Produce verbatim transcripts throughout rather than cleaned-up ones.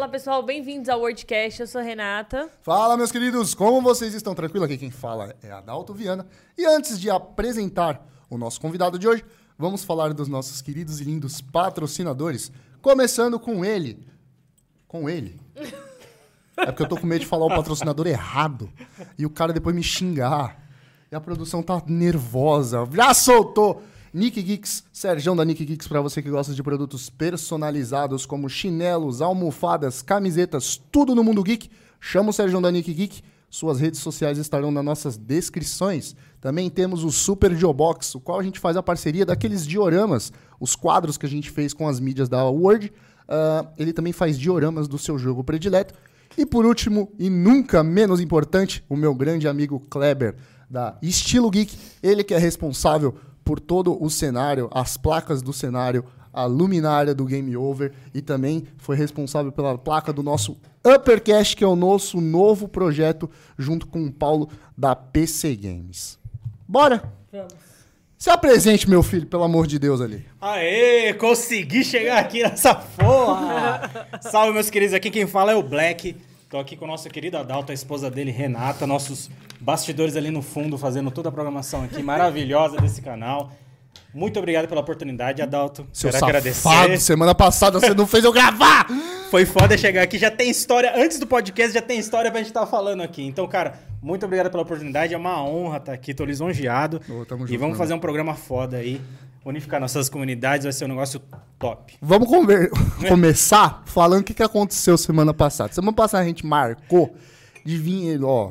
Fala pessoal, bem-vindos ao WordCast, eu sou a Renata. Fala meus queridos, como vocês estão? Tranquilo? Aqui quem fala é Adalto Viana. E antes de apresentar o nosso convidado de hoje, vamos falar dos nossos queridos e lindos patrocinadores, começando com ele. Com ele? É porque eu tô com medo de falar o patrocinador errado e o cara depois me xingar. E a produção tá nervosa. Já soltou! Nick Geeks, Serjão da Nick Geeks, para você que gosta de produtos personalizados como chinelos, almofadas, camisetas, tudo no mundo geek. Chama o Serjão da Nick Geek. Suas redes sociais estarão nas nossas descrições. Também temos o Super Geobox, o qual a gente faz a parceria daqueles dioramas, os quadros que a gente fez com as mídias da Word. Uh, ele também faz dioramas do seu jogo predileto. E por último, e nunca menos importante, o meu grande amigo Kleber, da Estilo Geek. Ele que é responsável por todo o cenário, as placas do cenário, a luminária do Game Over e também foi responsável pela placa do nosso Uppercast, que é o nosso novo projeto, junto com o Paulo da P C Games. Bora? Vamos. Se apresente, meu filho, pelo amor de Deus ali. Aê, consegui chegar aqui nessa porra! Salve, meus queridos, aqui quem fala é o Black. Tô aqui com a nossa querida Adalto, a esposa dele, Renata, nossos bastidores ali no fundo, fazendo toda a programação aqui maravilhosa desse canal. Muito obrigado pela oportunidade, Adalto. Seu Quero safado, agradecer. semana passada você não fez eu gravar! Foi foda chegar aqui, já tem história, antes do podcast já tem história pra gente estar falando aqui. Então, cara, muito obrigado pela oportunidade, é uma honra estar aqui, tô lisonjeado. Oh, tamo e junto, vamos mano. fazer um programa foda aí, unificar nossas comunidades, vai ser um negócio top. Vamos conver- começar falando o que, que aconteceu semana passada. Semana passada a gente marcou de vir ele, ó.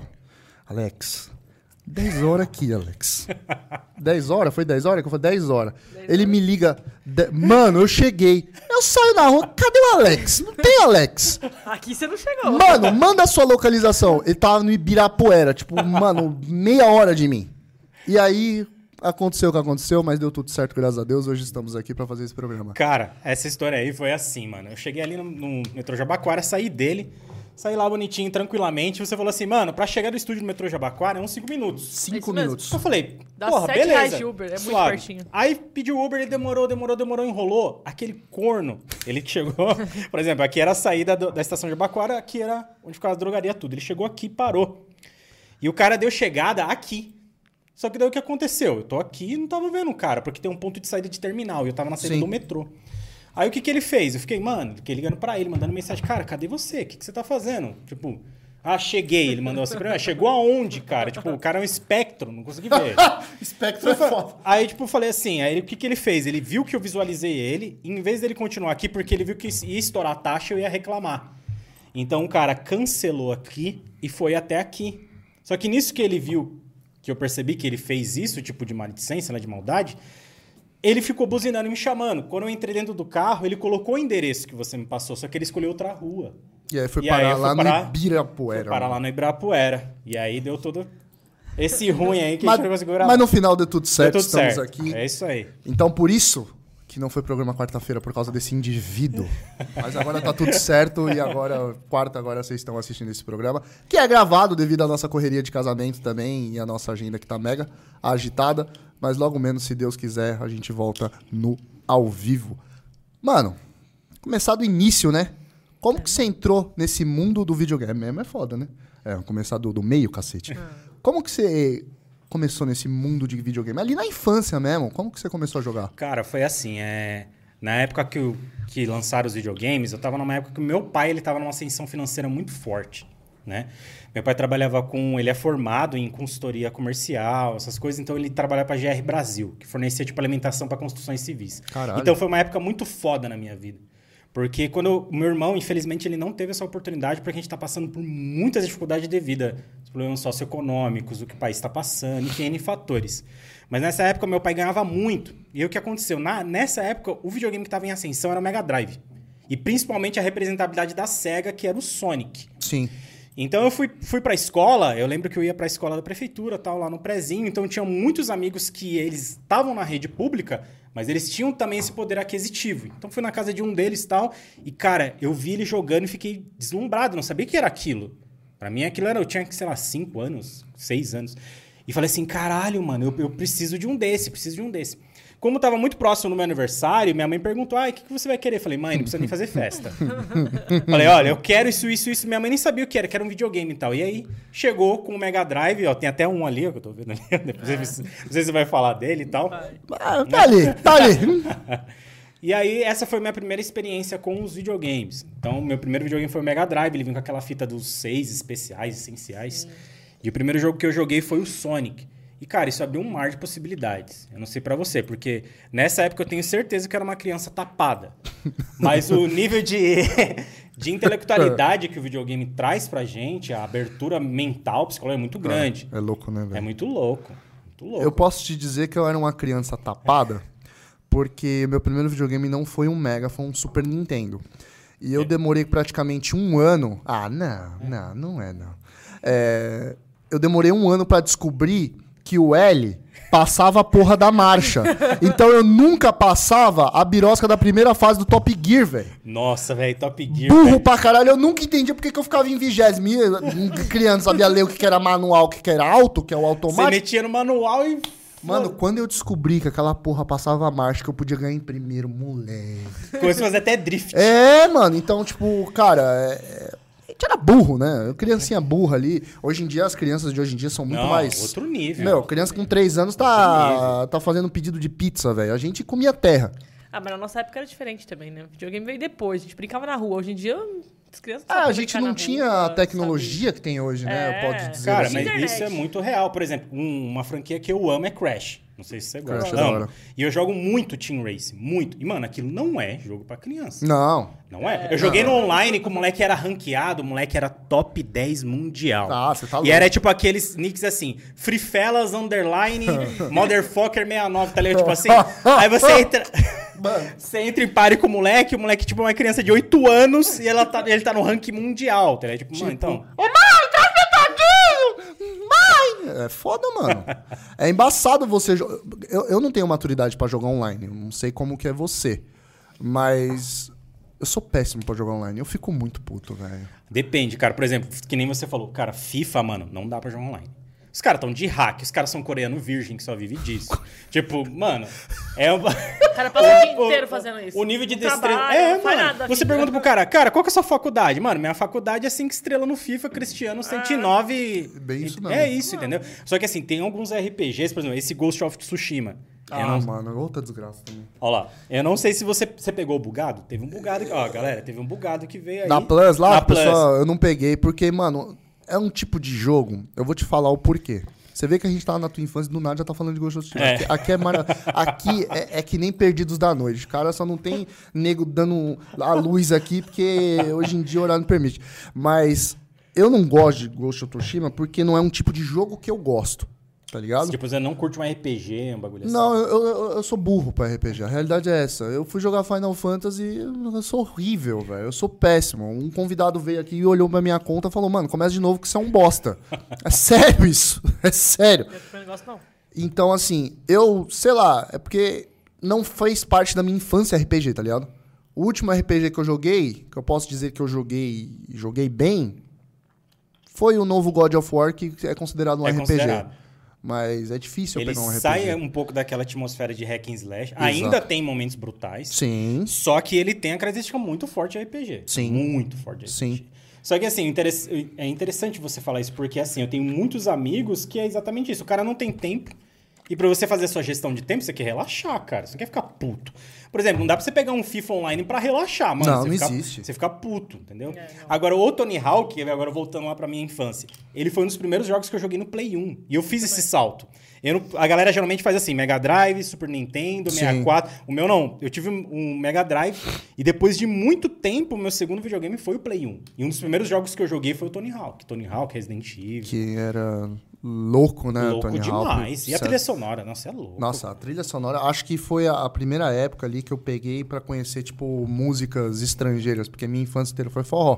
Alex, dez horas aqui, Alex. dez horas? Foi dez horas? Que eu falei dez horas. Ele me liga. de- Mano, eu cheguei. Eu saio na rua. Cadê o Alex? Não tem Alex. Aqui você não chegou. Mano, manda a sua localização. Ele tava no Ibirapuera, tipo, mano, meia hora de mim. E aí aconteceu o que aconteceu, mas deu tudo certo, graças a Deus. Hoje estamos aqui pra fazer esse programa. Cara, essa história aí foi assim, mano. Eu cheguei ali no, no metrô Jabaquara, saí dele, saí lá bonitinho, tranquilamente. Você falou assim, mano, pra chegar do estúdio do metrô Jabaquara é uns cinco minutos. Cinco Isso mesmo. minutos. Eu falei, Dá porra, sete beleza. reais de Uber, é muito suave. pertinho. Aí pediu Uber, ele demorou, demorou, demorou, enrolou. Aquele corno, ele chegou... Por exemplo, aqui era a saída do- da estação de Jabaquara, aqui era onde ficava a drogaria, tudo. Ele chegou aqui e parou. E o cara deu chegada aqui. Só que daí o que aconteceu? Eu tô aqui e não tava vendo o cara, porque tem um ponto de saída de terminal e eu tava na saída Sim. do metrô. Aí o que que ele fez? Eu fiquei, mano, fiquei ligando pra ele, mandando mensagem, cara, cadê você? O que que você tá fazendo? Tipo, ah, cheguei. Ele mandou assim pra mim, ah, chegou aonde, cara? Tipo, o cara é um espectro, não consegui ver. Espectro é foda. Aí, tipo, eu falei assim, aí o que que ele fez? Ele viu que eu visualizei ele, e em vez dele continuar aqui, porque ele viu que ia estourar a taxa, eu ia reclamar. Então o cara cancelou aqui e foi até aqui. Só que nisso que ele viu, que eu percebi que ele fez isso, tipo de maledicência, né, de maldade, ele ficou buzinando e me chamando. Quando eu entrei dentro do carro, ele colocou o endereço que você me passou, só que ele escolheu outra rua. E aí foi E parar aí eu fui lá parar- no Ibirapuera. Foi parar mano. lá no Ibirapuera. E aí deu todo esse ruim aí que a Mas, gente não conseguiu gravar. mas no final deu tudo certo, Deu tudo estamos certo. aqui. É isso aí. Então, por isso que não foi programa quarta-feira, por causa desse indivíduo. Mas agora tá tudo certo e agora, quarta, agora vocês estão assistindo esse programa, que é gravado devido à nossa correria de casamento também e a nossa agenda que tá mega agitada. Mas logo menos, se Deus quiser, a gente volta no ao vivo. Mano, começar do início, né? Como que você entrou nesse mundo do videogame? Mesmo é foda, né? É, começar do, do meio, cacete. Como que você começou nesse mundo de videogame? Ali na infância mesmo, como que você começou a jogar? Cara, foi assim, é... na época que, eu- que lançaram os videogames, eu tava numa época que o meu pai, ele tava numa ascensão financeira muito forte, né? Meu pai trabalhava com... Ele é formado em consultoria comercial, essas coisas, então ele trabalhava pra G R Brasil, que fornecia, tipo, alimentação para construções civis. Caralho. Então foi uma época muito foda na minha vida. Porque quando eu- o meu irmão, infelizmente, ele não teve essa oportunidade porque a gente tá passando por muitas dificuldades devido aos problemas socioeconômicos, o que o país está passando, enfim, N fatores. Mas nessa época, meu pai ganhava muito. E aí o que aconteceu? Na, nessa época, o videogame que estava em ascensão era o Mega Drive. E principalmente a representabilidade da SEGA, que era o Sonic. Sim. Então eu fui, fui pra escola, eu lembro que eu ia pra escola da prefeitura, tal, lá no prezinho, então tinha muitos amigos que eles estavam na rede pública, mas eles tinham também esse poder aquisitivo. Então fui na casa de um deles e tal, e cara, eu vi ele jogando e fiquei deslumbrado, não sabia o que era aquilo. Pra mim aquilo era, eu tinha, sei lá, cinco anos, seis anos. E falei assim, caralho, mano, eu, eu preciso de um desse, preciso de um desse. Como tava muito próximo do meu aniversário, minha mãe perguntou, ah, o que, que você vai querer? Eu falei, mãe, não precisa nem fazer festa. Falei, olha, eu quero isso, isso, isso. Minha mãe nem sabia o que era, que era um videogame e tal. E aí, chegou com o Mega Drive, ó, tem até um ali, ó, que eu tô vendo ali. Depois é. Não sei se você vai falar dele e tal. Ah, tá ali, tá ali. E aí, essa foi a minha primeira experiência com os videogames. Então, meu primeiro videogame foi o Mega Drive, ele vinha com aquela fita dos seis especiais, essenciais. Hum. E o primeiro jogo que eu joguei foi o Sonic. E, cara, isso abriu um mar de possibilidades. Eu não sei pra você, porque nessa época eu tenho certeza que eu era uma criança tapada. Mas o nível de, de intelectualidade que o videogame traz pra gente, a abertura mental, psicológica, é muito grande. É, é louco, né, velho? É muito louco, muito louco. Eu posso te dizer que eu era uma criança tapada, porque meu primeiro videogame não foi um Mega, foi um Super Nintendo. E eu é. demorei praticamente um ano... Ah, não, não, não é, não. É, eu demorei um ano pra descobrir que o L passava a porra da marcha. Então eu nunca passava a birosca da primeira fase do Top Gear, velho. Nossa, velho, Top Gear. Burro véio. pra caralho. Eu nunca entendi porque que eu ficava em vigésimo. Criança sabia ler o que era manual, o que era auto, que é o automático. Você metia no manual e... Mano, quando eu descobri que aquela porra passava a marcha, que eu podia ganhar em primeiro, moleque. Começou a fazer até drift. É, mano. Então, tipo, cara... É... A gente era burro, né? Criancinha burra ali. Hoje em dia, as crianças de hoje em dia são muito Não, mais... outro nível. Meu, criança com três anos tá, tá fazendo pedido de pizza, velho. A gente comia terra. Ah, mas na nossa época era diferente também, né? O videogame veio depois, a gente brincava na rua. Hoje em dia, as crianças... Ah, a gente não tinha rua, a tecnologia sabe? que tem hoje, né? É, Pode dizer. Cara, assim. mas Internet. isso é muito real. Por exemplo, um, uma franquia que eu amo é Crash. Não sei se você gosta. Crash é da hora. E eu jogo muito Team Race, muito. E, mano, aquilo não é jogo pra criança. Não. Não é? Eu joguei no online que o moleque era ranqueado, o moleque era top dez mundial. Ah, você tá louco. E era tipo aqueles nicks assim, Free Fellas, Underline, Motherfucker sessenta e nove, tá ligado? Tipo assim. Aí você entra... Mano. Você entra em pare com o moleque, o moleque tipo é uma criança de oito anos e ela tá, ele tá no ranking mundial, tá ligado? Tipo, Tipo, mano, então... Ô, mãe, traz metadinho! Mãe! É foda, mano. É embaçado você... Jo... Eu, eu não tenho maturidade pra jogar online. Eu não sei como que é você. Mas... Eu sou péssimo pra jogar online. Eu fico muito puto, velho. Depende, cara. Por exemplo, que nem você falou. Cara, FIFA, mano, não dá pra jogar online. Os caras estão de hack. Os caras são coreano virgem que só vive disso. Tipo, mano... É uma... O cara passa o, o dia inteiro fazendo isso. O nível de no destreza... trabalho, É, não faz mano. nada, Você filho. pergunta pro cara, cara, qual que é a sua faculdade? Mano, minha faculdade é cinco estrelas no FIFA, Cristiano cento e nove... Bem isso não. É isso, entendeu? Só que assim, tem alguns R P Gs, por exemplo, esse Ghost of Tsushima. Ah, Eu não- mano, outra desgraça também. Ó lá, eu não sei se você, você pegou o bugado. Teve um bugado... Ó, galera, teve um bugado que veio aí. Na Plus lá, Na Plus. pessoal, eu não peguei, porque, mano, é um tipo de jogo, eu vou te falar o porquê. Você vê que a gente tava na tua infância e do nada já tá falando de Ghost of Tsushima. É. Aqui, aqui, é, mara... aqui é, é que nem Perdidos da Noite. O cara só não tem nego dando a luz aqui, porque hoje em dia o horário não permite. Mas eu não gosto de Ghost of Tsushima porque não é um tipo de jogo que eu gosto. Tá ligado? Tipo, você não curte um R P G, um bagulho assim. Não, eu, eu, eu sou burro pra R P G. A realidade é essa. Eu fui jogar Final Fantasy, eu sou horrível, velho. Eu sou péssimo. Um convidado veio aqui e olhou pra minha conta e falou, mano, começa de novo que você é um bosta. É sério isso. É sério. Não é negócio, não. Então, assim, eu, sei lá, é porque não fez parte da minha infância R P G, tá ligado? O último R P G que eu joguei, que eu posso dizer que eu joguei joguei bem, foi o novo God of War, que é considerado um É R P G. considerado. Mas é difícil eu Ele pegar um R P G. sai um pouco daquela atmosfera de hack and slash. Ainda tem momentos brutais. Sim. Só que ele tem a característica muito forte de R P G. Sim. Muito forte de R P G. Sim. Só que assim, interess- é interessante você falar isso, porque assim, eu tenho muitos amigos que é exatamente isso. O cara não tem tempo. E pra você fazer a sua gestão de tempo, você quer relaxar, cara. Você não quer ficar puto. Por exemplo, não dá pra você pegar um FIFA online pra relaxar, mano. Não, você não fica, existe. Você fica puto, entendeu? É, não. Agora, o Tony Hawk, agora voltando lá pra minha infância, ele foi um dos primeiros jogos que eu joguei no Play um. E eu fiz esse salto. Eu não- a galera geralmente faz assim, Mega Drive, Super Nintendo, Sim. sessenta e quatro. O meu não. Eu tive um um Mega Drive e depois de muito tempo, o meu segundo videogame foi o Play um. E um dos primeiros jogos que eu joguei foi o Tony Hawk. Tony Hawk, Resident Evil. Que era louco, né, Louco Tony Hawk? demais. E a Certo. trilha sonora? Nossa, é louco. Nossa, a trilha sonora, acho que foi a, a primeira época ali que eu peguei pra conhecer, tipo, músicas estrangeiras, porque minha infância inteira foi forró.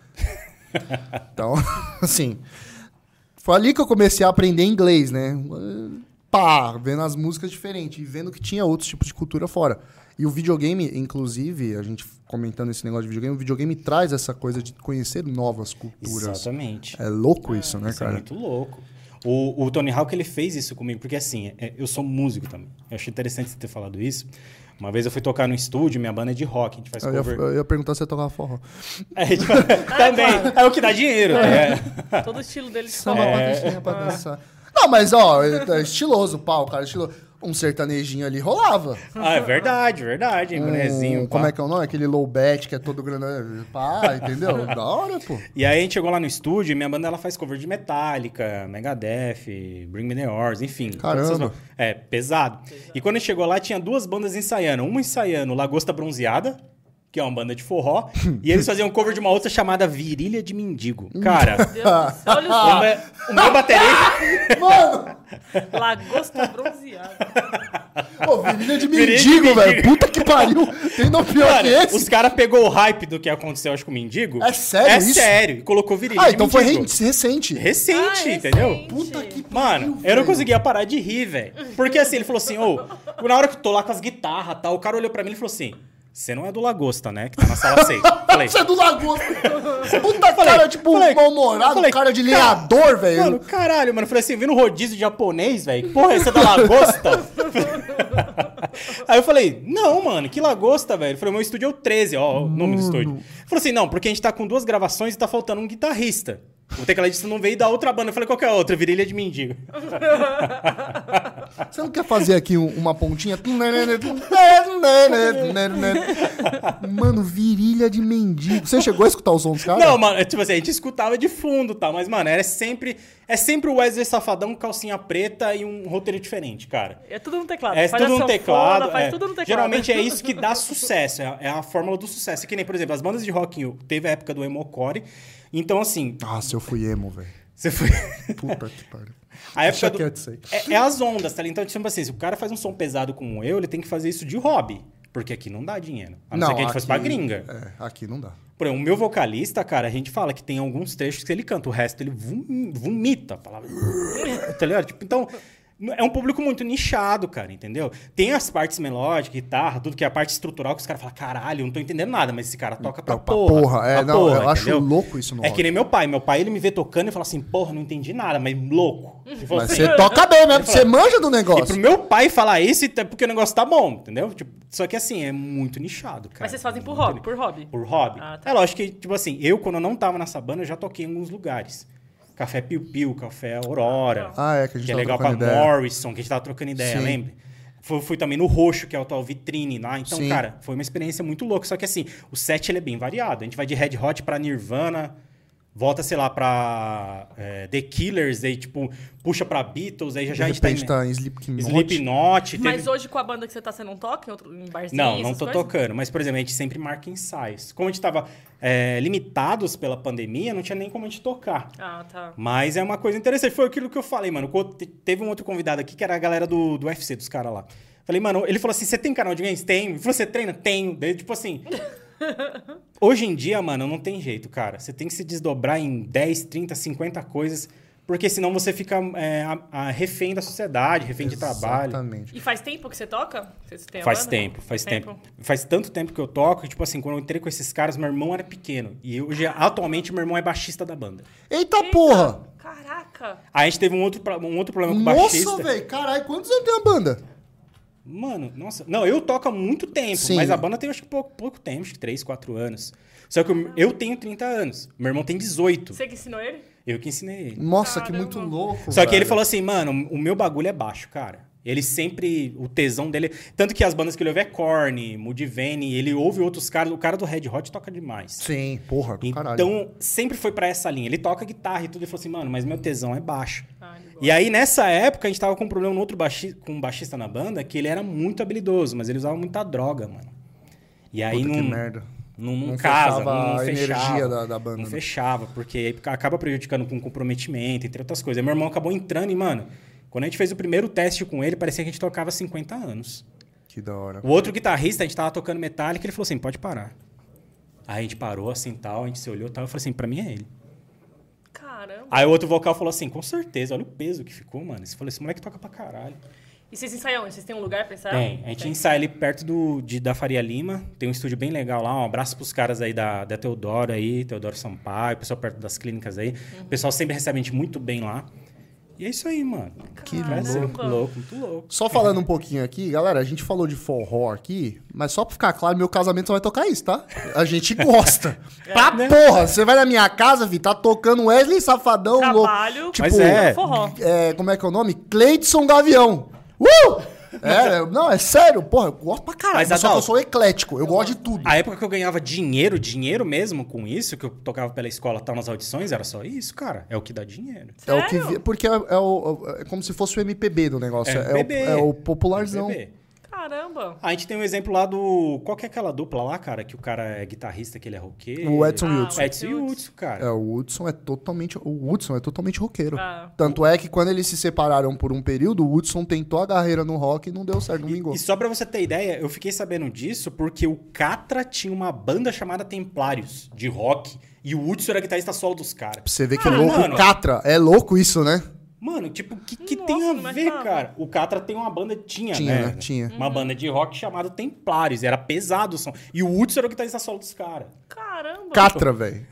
Então, assim, foi ali que eu comecei a aprender inglês, né? Pá, vendo as músicas diferentes e vendo que tinha outros tipos de cultura fora. E o videogame, inclusive, a gente comentando esse negócio de videogame, o videogame traz essa coisa de conhecer novas culturas. Exatamente. É louco isso, né, Isso é cara? muito louco. O, o Tony Hawk, ele fez isso comigo, porque assim, é, eu sou músico também. Eu achei interessante você ter falado isso. Uma vez eu fui tocar no estúdio, minha banda é de rock, a gente faz Eu cover. ia, eu ia perguntar se você tocava forró. É, tipo, também, é o que dá dinheiro. É. Todo o estilo dele de Samba forró. pra dançar, pra dançar. Não, mas ó, é estiloso o pau, cara, estiloso. Um sertanejinho ali rolava. Ah, é verdade, verdade, hein, bonezinho. Um, como é que é o nome? Aquele low bat que é todo grande. Pá, entendeu? Da hora, pô. E aí a gente chegou lá no estúdio e minha banda ela faz cover de Metallica, Megadeth, Bring Me The Horizon, enfim. todas Caramba. essas- É, pesado. pesado. E quando a gente chegou lá, tinha duas bandas ensaiando. Uma ensaiando Lagosta Bronzeada, que é uma banda de forró, e eles faziam um cover de uma outra chamada Virilha de Mendigo. Cara, Meu Deus do céu, olha o só. meu, o meu baterista... Mano! Lagosta bronzeada. Pô, virilha de Virilha de mendigo, velho. mendigo. Puta que pariu. Tem no pior Cara, que esse? os caras pegou o hype do que aconteceu, acho, com o Mendigo. É sério É isso? sério. E colocou Virilha Ah, de então foi Mendigo. re- recente. Recente, Ah, entendeu? recente. Puta que pariu. Mano, eu velho. não conseguia parar de rir, velho. Porque assim, ele falou assim, ô, na hora que eu tô lá com as guitarras e tal, o cara olhou pra mim e falou assim, você não é do Lagosta, né? Que tá na sala seis. Falei, Você é do Lagosta. Puta cara, tipo, falei, mal-humorado, falei, cara de cara, lenhador, velho. mano, caralho, mano. Eu falei assim, vindo rodízio japonês, velho. Porra, esse é da Lagosta? Aí eu falei, não, mano, que Lagosta, velho. Eu falei, meu estúdio é o treze, ó, o nome do estúdio. Ele falou assim, não, porque a gente tá com duas gravações e tá faltando um guitarrista. O tecladista não veio da outra banda. Eu falei, qual que é a outra? Virilha de Mendigo. Você não quer fazer aqui um- uma pontinha? Mano, virilha de mendigo. Você chegou a escutar o som dos caras? Não, mano, é tipo assim, a gente escutava de fundo e tal, mas, mano, era sempre. É sempre o Wesley Safadão, calcinha preta e um roteiro diferente, cara. É tudo no teclado. É Faz tudo a no sanfona, teclado. Faz é. tudo no teclado. Geralmente é isso que dá sucesso, é a, é a fórmula do sucesso. É que nem, por exemplo, as bandas de rock in Rio, teve a época do emocore. Então, assim, Nossa, eu fui emo, velho. você foi. Puta que pariu. A época Deixa do... quieto isso aí. é, é as ondas, tá ligado? Então, tipo assim, se o cara faz um som pesado como eu, ele tem que fazer isso de hobby. Porque aqui não dá dinheiro. A não, ser que a gente fosse pra gringa. É, aqui não dá. Por exemplo, o meu vocalista, cara, a gente fala que tem alguns trechos que ele canta, o resto ele vom- vomita a palavra. Tá ligado? Tipo, então, é um público muito nichado, cara, entendeu? Tem as partes melódicas, guitarra, tudo que é a parte estrutural que os caras falam, caralho, eu não tô entendendo nada, mas esse cara toca pra Pra porra. porra, é, pra não, porra, eu acho entendeu? louco isso no É rock. que nem meu pai. Meu pai, ele me vê tocando e fala assim, porra, não entendi nada, mas louco. Ele falou Mas assim, você toca bem mesmo, você manja do e pro negócio. meu pai falar isso é porque o negócio tá bom, entendeu? Tipo, só que assim, é muito nichado, cara. Mas vocês fazem por Muito hobby, por hobby. por hobby. Ah, tá. É lógico que, tipo assim, eu, quando eu não tava nessa banda, eu já toquei em alguns lugares. Café Piu Piu, Café Aurora. Ah, é, que a gente que é tava legal pra trocando ideia. Morrison, que a gente tava trocando ideia, Sim. lembra? Fui, fui também no Roxo, que é o atual Vitrine lá. Então, Sim. cara, foi uma experiência muito louca. Só que assim, o set ele é bem variado. A gente vai de Red Hot pra Nirvana, volta, sei lá, pra é, The Killers, aí, tipo, puxa pra Beatles, aí já, De já a gente tá repente em tá em Slipknot. Slipknot. Mas teve- hoje com a banda que você tá, você não toca em, outro, em barzinho? Não, não essas tô coisas? tocando. Mas, por exemplo, a gente sempre marca ensaios. Como a gente tava é, limitados pela pandemia, não tinha nem como a gente tocar. Ah, tá. Mas é uma coisa interessante. Foi aquilo que eu falei, mano. Quando te- Teve um outro convidado aqui, que era a galera do, do U F C, dos caras lá. Falei, mano, ele falou assim, você tem canal de games? Tem. Ele falou, você treina? Tenho. Daí, tipo assim... Hoje em dia, mano, não tem jeito, cara. Você tem que se desdobrar em dez, trinta, cinquenta coisas, porque senão você fica é, a, a refém da sociedade, refém de trabalho. Exatamente. E faz tempo que você toca? Você tem a Faz banda? tempo, faz tempo. Faz tanto tempo que eu toco, que, tipo assim, quando eu entrei com esses caras, meu irmão era pequeno. E hoje, atualmente, meu irmão é baixista da banda. Eita, Eita, porra! Caraca! Aí a gente teve um outro, pro- um outro problema com o Nossa, baixista. velho, caralho, quantos anos tem a banda? Mano, nossa. Não, eu toco há muito tempo, Sim. mas a banda tem acho que pouco, pouco tempo, acho que três, quatro anos. Só que eu, eu tenho trinta anos, meu irmão tem dezoito. Você que ensinou ele? Eu que ensinei ele. Nossa, Caramba. que muito louco. Só que ele velho. falou assim, mano, o meu bagulho é baixo, cara. Ele sempre, o tesão dele... Tanto que as bandas que ele ouve é Korn, Mudvayne, ele ouve outros caras. O cara do Red Hot toca demais. Sim, porra, do caralho. Então, sempre foi pra essa linha. Ele toca guitarra e tudo. Ele falou assim, mano, mas meu tesão é baixo. Ah, de boa. E aí, nessa época, a gente tava com um problema no outro baixi com um baixista na banda, que ele era muito habilidoso, mas ele usava muita droga, mano. E aí Puta, não... que merda. Não, não, Não casa, fechava não, não a fechava. energia da- da banda, Não né? fechava, porque aí acaba prejudicando com comprometimento, entre outras coisas. Aí meu irmão acabou entrando e, mano, quando a gente fez o primeiro teste com ele, parecia que a gente tocava cinquenta anos. Que da hora. O outro guitarrista, a gente tava tocando Metallica, ele falou assim, pode parar. Aí a gente parou assim, tal, a gente se olhou, tal, eu falei assim, pra mim é ele. Caramba. Aí o outro vocal falou assim, com certeza, olha o peso que ficou, mano. Você falou, esse moleque toca pra caralho. E vocês ensaiam onde? Vocês têm um lugar pra ensaiar? Tem, a gente ensaia ali perto do, de, da Faria Lima, tem um estúdio bem legal lá, um abraço pros caras aí da, da Teodoro aí, Teodoro Sampaio, pessoal perto das clínicas aí. O pessoal sempre recebe a gente muito bem lá. E é isso aí, mano. Que Caramba. louco. Louco, muito louco. Só falando um pouquinho aqui, galera, a gente falou de forró aqui, mas só pra ficar claro, meu casamento só vai tocar isso, tá? A gente gosta. Pra né? porra, você vai na minha casa, Vi, tá tocando Wesley Safadão, Trabalho, louco. Mas Tipo, é. forró. é, como é que é o nome? Cleidson Gavião. Uh! É, não, é sério, porra, eu gosto pra caralho. Mas, Mas só que eu Adalto, sou eclético, eu gosto de tudo. A época que eu ganhava dinheiro, dinheiro mesmo com isso, que eu tocava pela escola, tal, nas audições, era só isso, cara. É o que dá dinheiro. É o que Sério? vi- porque é, é o, é como se fosse o M P B do negócio. É É, M P B. o, é o popularzão. M P B. Caramba. A gente tem um exemplo lá do... Qual que é aquela dupla lá, cara? Que o cara é guitarrista, que ele é roqueiro. O Edson Ah, Hudson. o Edson e o Hudson, cara. É, o Hudson é totalmente. O Hudson é totalmente roqueiro. Ah. Tanto é que quando eles se separaram por um período, o Hudson tentou a carreira no rock e não deu certo, não vingou. E só pra você ter ideia, eu fiquei sabendo disso porque o Catra tinha uma banda chamada Templários, de rock, e o Hudson era guitarrista solo dos caras. Pra você ver que Ah, louco. mano. Catra, é louco isso, né? Mano, tipo, o que, que Nossa, tem a não ver, imaginava. cara? O Catra tem uma banda, tinha, Tinha, né? né? Tinha. Uma banda de rock chamada Templários, era pesado o som. E o Hudson era o guitarrista solo dos caras. Caramba. Catra, velho.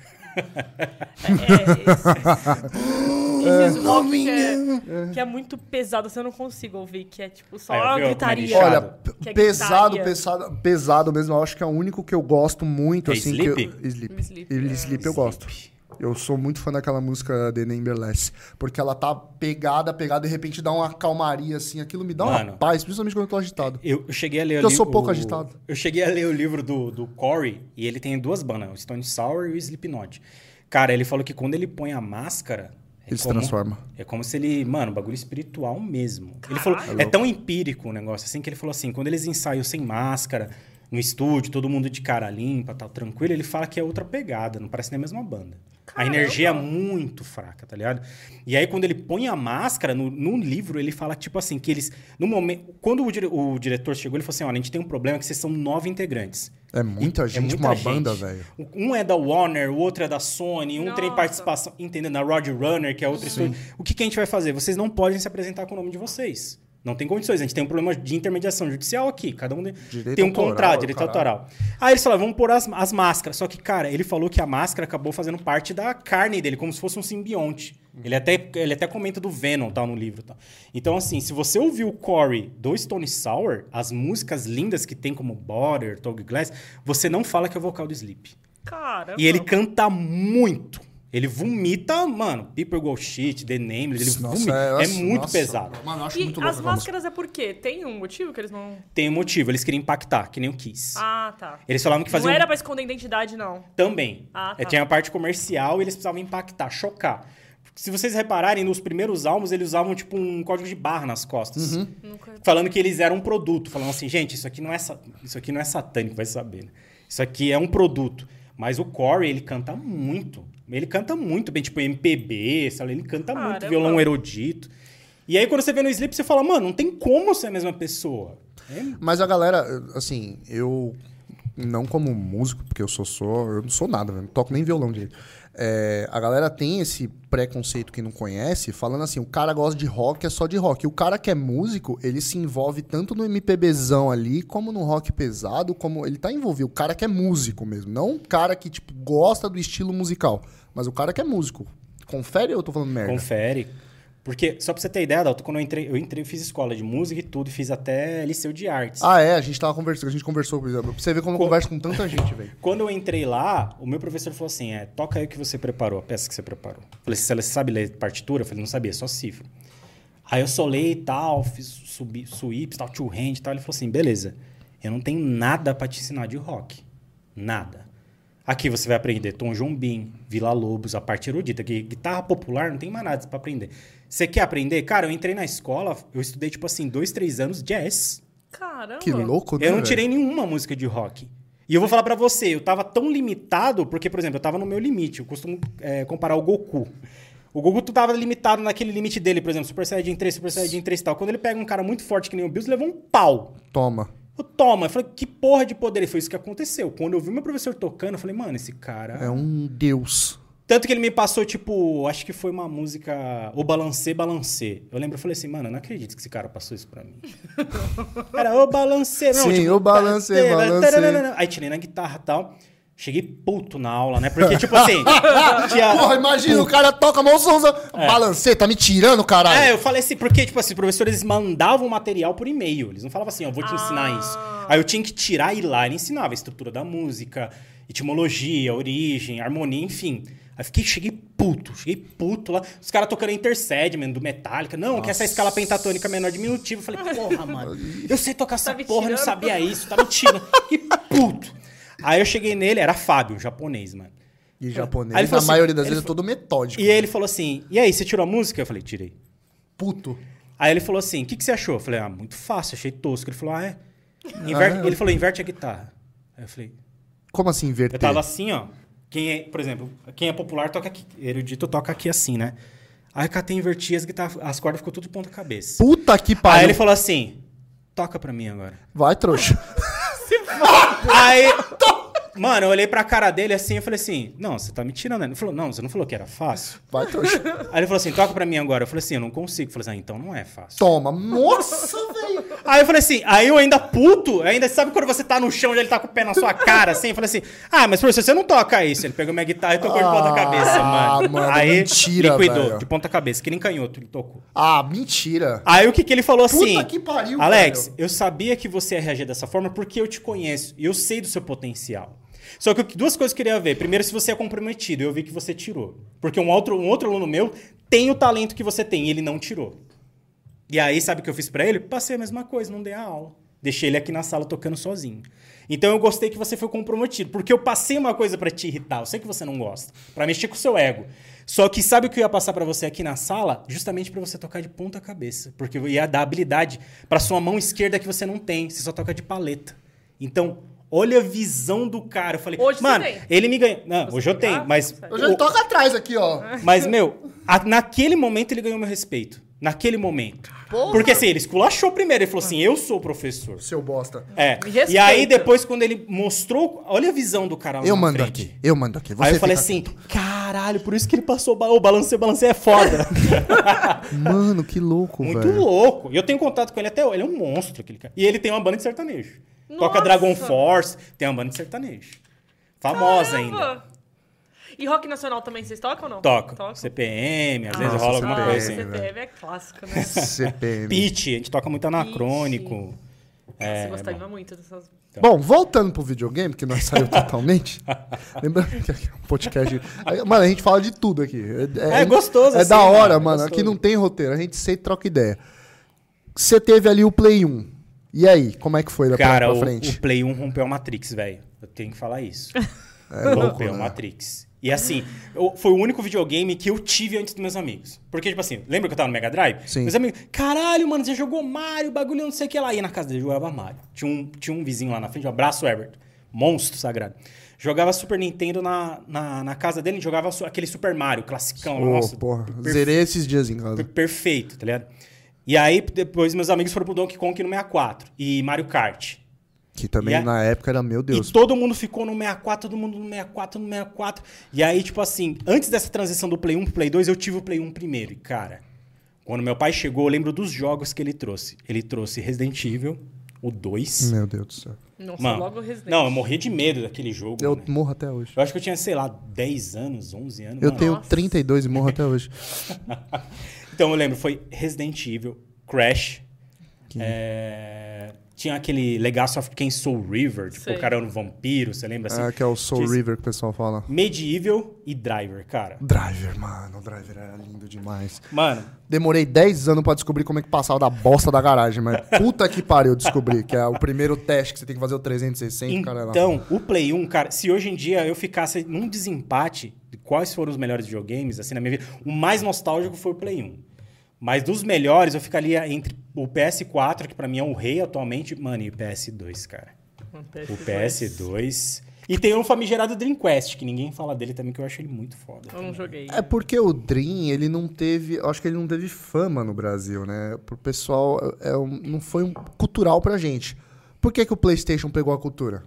É, esses rock que é, que é muito pesado, assim, eu não consigo ouvir, que é tipo só Aí, ó, a viu como é gritaria. lixado? Olha, Que é pesado, gritaria. pesado, pesado mesmo. Eu acho que é o único que eu gosto muito, É assim. Sleep? Que eu, Sleep. Sleep, Ele- é. Sleep eu gosto. Eu sou muito fã daquela música The Numberless. Porque ela tá pegada, pegada, de repente dá uma calmaria, assim. Aquilo me dá Mano. uma paz, principalmente quando eu tô agitado. Eu, eu cheguei a ler Porque o eu sou li- pouco o- agitado. Eu cheguei a ler o livro do, do Corey e ele tem duas bandas, o Stone Sour e o Slipknot. Cara, ele falou que quando ele põe a máscara... é Ele se como- transforma. É como se ele... Mano, bagulho espiritual mesmo. Ele falou... Caralho. É tão empírico o negócio, assim, que ele falou assim, quando eles ensaiam sem máscara, no estúdio, todo mundo de cara limpa, tal, tranquilo, ele fala que é outra pegada, não parece nem a mesma banda. Caramba. A energia é muito fraca, tá ligado? E aí, quando ele põe a máscara, no, no livro, ele fala, tipo assim, que eles... No momento... Quando o, dire- o diretor chegou, ele falou assim, olha, a gente tem um problema que vocês são nove integrantes. É muita gente, muita uma gente. banda, velho. Um é da Warner, o outro é da Sony, um tem Nossa. participação, entendendo? Da Roadrunner, que é outra história. O que, que a gente vai fazer? Vocês não podem se apresentar com o nome de vocês. Não tem condições. A gente tem um problema de intermediação judicial aqui. Cada um de- Direito tem um autoral, contrato, direito caralho. autoral. Aí eles falaram, vamos pôr as, as máscaras. Só que, cara, ele falou que a máscara acabou fazendo parte da carne dele, como se fosse um simbionte. Ele até, ele até comenta do Venom, tal, no livro. Tal. Então, assim, se você ouviu o Corey do Stone Sour, as músicas lindas que tem como Border, Tall Glass, você não fala que é o vocal do Sleep. Caramba. E ele canta muito. Ele vomita, mano, People Go Shit, The Nameless, ele Nossa, vomita. é, É, nossa, muito nossa. pesado. Mano, eu acho E muito louco as aquela máscaras é por quê? Tem um motivo que eles não... Tem um motivo, eles queriam impactar, que nem o Kiss. Ah, tá. Eles falavam que faziam... Não era pra esconder identidade, não. Também. Ah, tá. É, tinha a parte comercial e eles precisavam impactar, chocar. Se vocês repararem, nos primeiros álbuns, eles usavam, tipo, um código de barra nas costas. Uhum. Nunca... Falando que eles eram um produto. Falando assim, gente, isso aqui não é, sa- isso aqui não é satânico, vai saber, né? Isso aqui é um produto. Mas o Corey, ele canta muito. Ele canta muito bem, tipo M P B, sabe? Ele canta muito Caramba. violão erudito. E aí, quando você vê no Sleep, você fala, mano, não tem como ser a mesma pessoa. É Mas a galera, assim, eu não como músico, porque eu sou só, eu não sou nada, velho, não toco nem violão direito. É, a galera tem esse preconceito que não conhece, falando assim, o cara gosta de rock, é só de rock. E o cara que é músico, ele se envolve tanto no MPBzão ali, como no rock pesado, como ele tá envolvido. O cara que é músico mesmo, não o cara que, tipo, gosta do estilo musical, mas o cara que é músico. Confere ou eu tô falando merda? Confere. Porque, só pra você ter ideia, Dalton, quando eu entrei, eu entrei, eu fiz escola de música e tudo, fiz até liceu de artes. Ah, é, a gente tava conversando, a gente conversou, por exemplo. Pra você ver como eu Co- converso com tanta gente, velho. Quando eu entrei lá, o meu professor falou assim, é, toca aí o que você preparou, a peça que você preparou. Eu falei, você sabe ler partitura? Eu falei, não sabia, só cifra. Aí eu solei e tal, fiz subi, sweeps, tal, two hand e tal. Ele falou assim, beleza, eu não tenho nada pra te ensinar de rock. Nada. Aqui você vai aprender Tom Jobim, Vila Lobos, a parte erudita, que guitarra popular não tem mais nada pra aprender. Você quer aprender? Cara, eu entrei na escola, eu estudei, tipo assim, dois, três anos jazz. Caramba. Que louco, né, Eu não velho? tirei nenhuma música de rock. E eu vou falar pra você, eu tava tão limitado, porque, por exemplo, eu tava no meu limite. Eu costumo é, comparar o Goku. O Goku tava limitado naquele limite dele, por exemplo, Super Saiyajin três, Super Saiyajin três e tal. Quando ele pega um cara muito forte que nem o Bills, levou um pau. Toma. Eu, toma. Eu falei, que porra de poder? E foi isso que aconteceu. Quando eu vi meu professor tocando, eu falei, mano, esse cara... É um deus. Tanto que ele me passou, tipo, acho que foi uma música... O Balancê, Balancê. Eu lembro, eu falei assim, mano, eu não acredito que esse cara passou isso pra mim. Era o Balancê. Não, Sim, tipo, o Balancê, Balancê. Aí tirei na guitarra e tal. Cheguei puto na aula, né? Porque, tipo assim... tinha... Porra, imagina, o cara toca a mão, sonza, é. balancei, tá me tirando, caralho. É, eu falei assim, porque, tipo assim, os professores mandavam material por e-mail. Eles não falavam assim, eu vou te ah. ensinar isso. Aí eu tinha que tirar e ir lá. Ele ensinava a estrutura da música, etimologia, origem, harmonia, enfim. Aí fiquei, cheguei puto, cheguei puto lá. Os caras tocando Intercedment do Metallica. Não, Nossa. que essa escala pentatônica menor diminutiva. Eu falei, porra, mano, eu sei tocar essa tá porra, não sabia isso, tá me tirando. Que puto. Aí eu cheguei nele, era Fábio, japonês, mano. E japonês, na assim, maioria das vezes, falou, é todo metódico. E né? ele falou assim, e aí, você tirou a música? Eu falei, tirei. Puto. Aí ele falou assim, o que, que você achou? Eu falei, ah, muito fácil, achei tosco. Ele falou, ah, é? Inverte... Ah, ele falou, inverte a guitarra. Aí eu falei... Como assim inverter? Eu tava assim, ó. Quem é, por exemplo, quem é popular toca aqui. Erudito toca aqui assim, né? Aí eu catei, inverti as guitarras, as cordas ficou tudo de ponta cabeça. Puta que pariu. Aí ele falou assim, toca pra mim agora. Vai, trouxa. Aí... Mano, eu olhei pra cara dele assim e falei assim, não, você tá me tirando, né? Ele falou, não, você não falou que era fácil? Vai, trouxa. Aí ele falou assim, toca pra mim agora. Eu falei assim, eu não consigo. Eu falei assim, ah, então não é fácil. Toma. Nossa, velho. Aí eu falei assim, aí eu ainda puto, ainda sabe quando você tá no chão e ele tá com o pé na sua cara, assim? Eu falei assim, ah, mas professor, você não toca isso. Ele pegou minha guitarra e tocou ah, de ponta cabeça, mano. mano aí mentira, me cuidou, velho. de ponta cabeça, que nem canhoto, ele tocou. Ah, mentira. Aí o que que ele falou assim? Puta que pariu, Alex, velho. eu sabia que você ia reagir dessa forma porque eu te conheço e eu sei do seu potencial. Só que duas coisas que eu queria ver. Primeiro, se você é comprometido. Eu vi que você tirou. Porque um outro, um outro aluno meu tem o talento que você tem e ele não tirou. E aí, sabe o que eu fiz pra ele? Passei a mesma coisa, não dei a aula. Deixei ele aqui na sala tocando sozinho. Então eu gostei que você foi comprometido. Porque eu passei uma coisa pra te irritar. Eu sei que você não gosta. Pra mexer com o seu ego. Só que sabe o que eu ia passar pra você aqui na sala? Justamente pra você tocar de ponta cabeça. Porque eu ia dar habilidade pra sua mão esquerda que você não tem. Você só toca de paleta. Então... Olha a visão do cara. Eu falei, hoje mano, você tem. ele me ganhou. Não, você hoje eu tenho, mas... Hoje ele toca atrás aqui, ó. Mas, meu, a, naquele momento ele ganhou meu respeito. Naquele momento. Porra. Porque assim, ele esculachou primeiro. Ele falou assim, eu sou o professor. Seu bosta. É. E aí depois, quando ele mostrou... Olha a visão do cara lá Eu na mando frente. aqui, eu mando aqui. Você aí eu falei assim, atento. Caralho, por isso que ele passou o balancei, o balancei é foda. Mano, que louco, Muito velho. Muito louco. E eu tenho contato com ele até hoje. Ele é um monstro, aquele cara. E ele tem uma banda de sertanejo. Nossa. Toca Dragon Force, tem uma banda de sertanejo. Famosa Caramba. ainda. E rock nacional também vocês tocam ou não? Toca. Tocam? C P M, às ah, vezes rola alguma C P M, coisa assim. C P M é clássico, né? C P M. Pitch, a gente toca muito anacrônico. É, Você gostava muito dessas... Então. Bom, voltando pro videogame, que nós saiu totalmente. Lembrando que aqui é um podcast... Mano, a gente fala de tudo aqui. É, é gostoso É assim, da hora, é mano. gostoso. Aqui não tem roteiro, a gente sempre troca ideia. Você teve ali o Play um. E aí, como é que foi da Cara, pra o, frente? o Play um rompeu a Matrix, velho. Eu tenho que falar isso. É louco, rompeu né? a Matrix. E assim, eu, foi o único videogame que eu tive antes dos meus amigos. Porque, tipo assim, lembra que eu tava no Mega Drive? Sim. Meus amigos, caralho, mano, você jogou Mario, bagulho não sei o que lá. Ia na casa dele, jogava Mario. Tinha um, tinha um vizinho lá na frente, um abraço, Herbert. Monstro sagrado. Jogava Super Nintendo na, na, na casa dele, jogava aquele Super Mario, classicão. Oh, nossa, porra. perfe... Zerei esses dias em casa. Perfeito, tá ligado? E aí, depois, meus amigos foram pro Donkey Kong no sessenta e quatro. E Mario Kart. Que também, a... na época, era, meu Deus. E todo mundo ficou no sessenta e quatro, todo mundo no sessenta e quatro, no sessenta e quatro. E aí, tipo assim, antes dessa transição do Play um pro Play dois, eu tive o Play um primeiro. E, cara, quando meu pai chegou, eu lembro dos jogos que ele trouxe. Ele trouxe Resident Evil, o dois. Meu Deus do céu. Nossa, Mano, logo Resident. Não, eu morri de medo daquele jogo. Eu mano. morro até hoje. Eu acho que eu tinha, sei lá, dez anos, onze anos. Eu mano. tenho Nossa. trinta e dois e morro até hoje. Então, eu lembro, foi Resident Evil, Crash... Que... É... Tinha aquele Legacy of Kain Soul River, tipo, Sei. o cara era um vampiro, você lembra assim? Ah, que é o Soul Tinha River que o pessoal fala. Medieval e Driver, cara. Driver, mano. O Driver era lindo demais. Mano, Demorei dez anos pra descobrir como é que passava da bosta da garagem, mas puta que pariu eu descobri, que é o primeiro teste que você tem que fazer o trezentos e sessenta, cara. então, o Play um, cara, se hoje em dia eu ficasse num desempate de quais foram os melhores videogames, assim, na minha vida, o mais nostálgico foi o Play um. Mas dos melhores, eu ficaria entre o P S quatro, que pra mim é o rei atualmente, mano, e o P S dois, cara. O P S dois. E tem um famigerado Dreamcast, que ninguém fala dele também, que eu acho ele muito foda. Eu não joguei. É porque o Dream, ele não teve... Eu acho que ele não teve fama no Brasil, né? Pro pessoal, é um, não foi um cultural pra gente. Por que que o PlayStation pegou a cultura?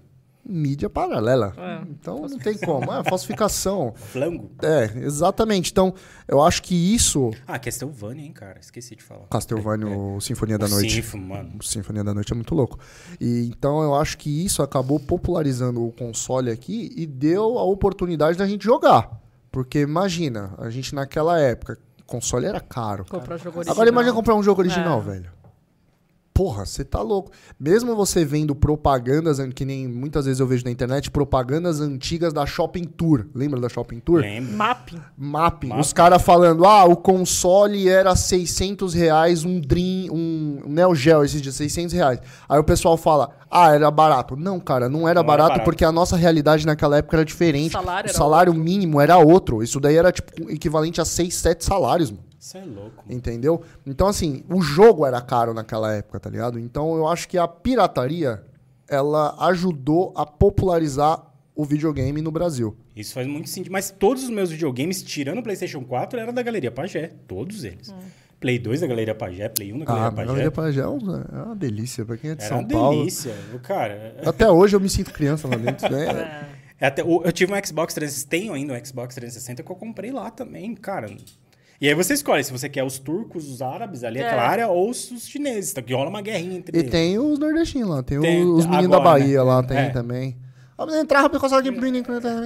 mídia paralela. É, então não tem como. É falsificação. Flango. É, exatamente. Então, eu acho que isso... Ah, Castlevania, hein, cara? Esqueci de falar. Castlevania, o Sinfonia da O Noite. Sinfo, mano. O Sinfonia da Noite é muito louco. E, então, eu acho que isso acabou popularizando o console aqui e deu a oportunidade da gente jogar. Porque, imagina, a gente naquela época, o console era caro. Comprar jogo original. Agora imagina comprar um jogo original, É. velho. Porra, você tá louco. Mesmo você vendo propagandas, que nem muitas vezes eu vejo na internet, propagandas antigas da Shopping Tour. Lembra da Shopping Tour? Lembro. Mapping. Mapping. Mapping. Os caras falando, ah, o console era seiscentos reais, um Dream, um Neo Geo, esses dias, seiscentos reais. Aí o pessoal fala, ah, era barato. Não, cara, não era, Não barato, era barato porque a nossa realidade naquela época era diferente. O salário o era salário mínimo era outro. Isso daí era tipo equivalente a seis, sete salários, mano. Isso é louco. Mano. Entendeu? Então, assim, o jogo era caro naquela época, tá ligado? Então, eu acho que a pirataria, ela ajudou a popularizar o videogame no Brasil. Isso faz muito sentido. Mas todos os meus videogames, tirando o PlayStation quatro, eram da Galeria Pajé. Todos eles. Play dois da Galeria Pajé, Play um da Galeria Ah, Pajé. mas Galeria Pajé é uma é uma delícia pra quem é de Era São uma Paulo. delícia. Cara, Até hoje eu me sinto criança lá dentro, né? É. é até, o- eu tive um Xbox trezentos e sessenta, tenho ainda um Xbox trezentos e sessenta que eu comprei lá também, cara. E aí você escolhe se você quer os turcos, os árabes ali, É. aquela área, ou os, os chineses. Então, que rola uma guerrinha entre E eles. tem os nordestinos lá, tem, Tem, os meninos da agora, Bahia né? lá, tem É. também. Vamos entrar rápido com essa aqui, menino.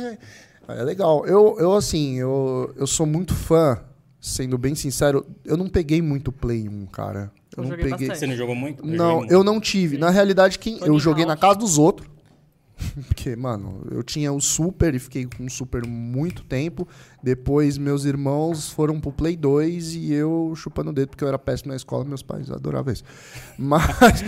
É legal. Eu, eu assim, eu, eu sou muito fã, sendo bem sincero, eu não peguei muito Play um, cara. Eu, Eu não joguei peguei. bastante. Você não jogou muito? Não, joguei muito. eu não tive. Na realidade, quem, eu Tony joguei na Hawk. casa dos outros. Porque, mano, eu tinha o Super e fiquei com o Super muito tempo. Depois, meus irmãos foram pro Play dois e eu chupando o dedo, porque eu era péssimo na escola, meus pais adoravam isso. Mas,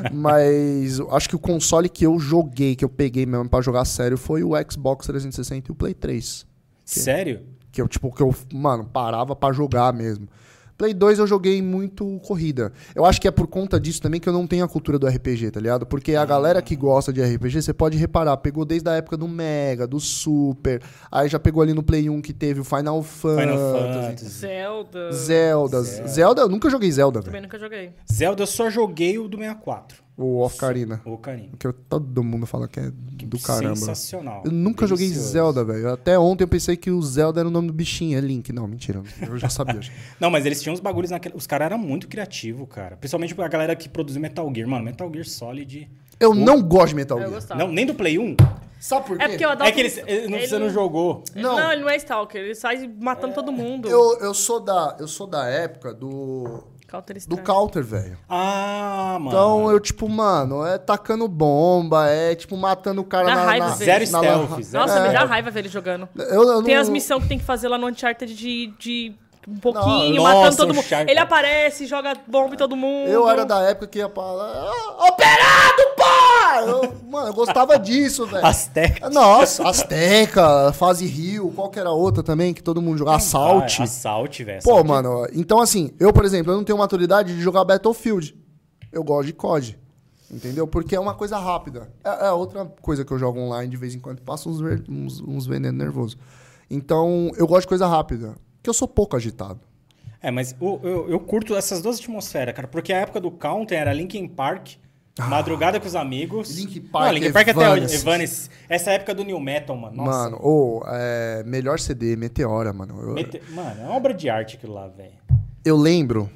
mas eu acho que o console que eu joguei, que eu peguei mesmo pra jogar sério, foi o Xbox trezentos e sessenta e o Play três. Sério? Que eu, tipo, que eu, mano, parava pra jogar mesmo. Play dois eu joguei muito corrida. Eu acho que é por conta disso também que eu não tenho a cultura do R P G, tá ligado? Porque a galera que gosta de R P G, você pode reparar, pegou desde a época do Mega, do Super, aí já pegou ali no Play um que teve o Final Fantasy, Final Fantasy. Zelda. Zelda. Zelda. Zelda, eu nunca joguei Zelda, Também velho. nunca joguei. Zelda eu só joguei o do sessenta e quatro. O Ocarina. O Carinho. Que eu- todo mundo fala que é do caramba. Sensacional. Eu nunca joguei Delicioso. Zelda, velho. Até ontem eu pensei que o Zelda era o nome do bichinho, é Link. Não, mentira. Eu já sabia. já. Não, mas eles tinham uns bagulhos naquele... Os caras eram muito criativos, cara. Principalmente a galera que produziu Metal Gear. Mano, Metal Gear Solid... Eu não gosto de Metal Eu Gear. gostava. Não, nem do Play um? Sabe por quê? É porque o Adalto... É que eles, eh, não- você não jogou. Não. Não. ele não é Stalker. Ele sai matando todo mundo. Eu, eu, sou da, eu sou da época do, Counter do Strike. Counter, velho. Ah, mano. Então, eu, tipo, mano, é tacando bomba, é, tipo, matando o cara Dá na... raiva na ver. Zero na stealth, lan- zero Nossa, É. me dá raiva ver ele jogando. Eu, eu Tem não- as missões que tem que fazer lá no Uncharted de... de... Um pouquinho, Nossa, matando todo mundo. Uncharted. Ele aparece, joga bomba em todo mundo. Eu era da época que ia pra lá... "Ah, operado, pô! Eu, mano, eu gostava disso, velho. Azteca. Nossa, Azteca, Fase Rio, qual que era a outra também que todo mundo jogava? Assault. Ah, Assault, velho. Pô, Assault. mano, então assim, eu, por exemplo, eu não tenho maturidade de jogar Battlefield. Eu gosto de C O D. Entendeu? Porque é uma coisa rápida. É, é outra coisa que eu jogo online de vez em quando. Passo uns, ver- uns, uns venenos nervosos. Então, eu gosto de coisa rápida. Porque eu sou pouco agitado. É, mas o- eu, eu curto essas duas atmosferas, cara. Porque a época do Counter era Linkin Park, Madrugada com os Amigos. Linkin Park, Não, Linkin Park até hoje. Evanescence. Evanescence. Essa época do New Metal, mano. Nossa. Mano, ou é, melhor C D, Meteora, mano. Eu, Mete- Mano, é uma obra de arte aquilo lá, velho. eu lembro.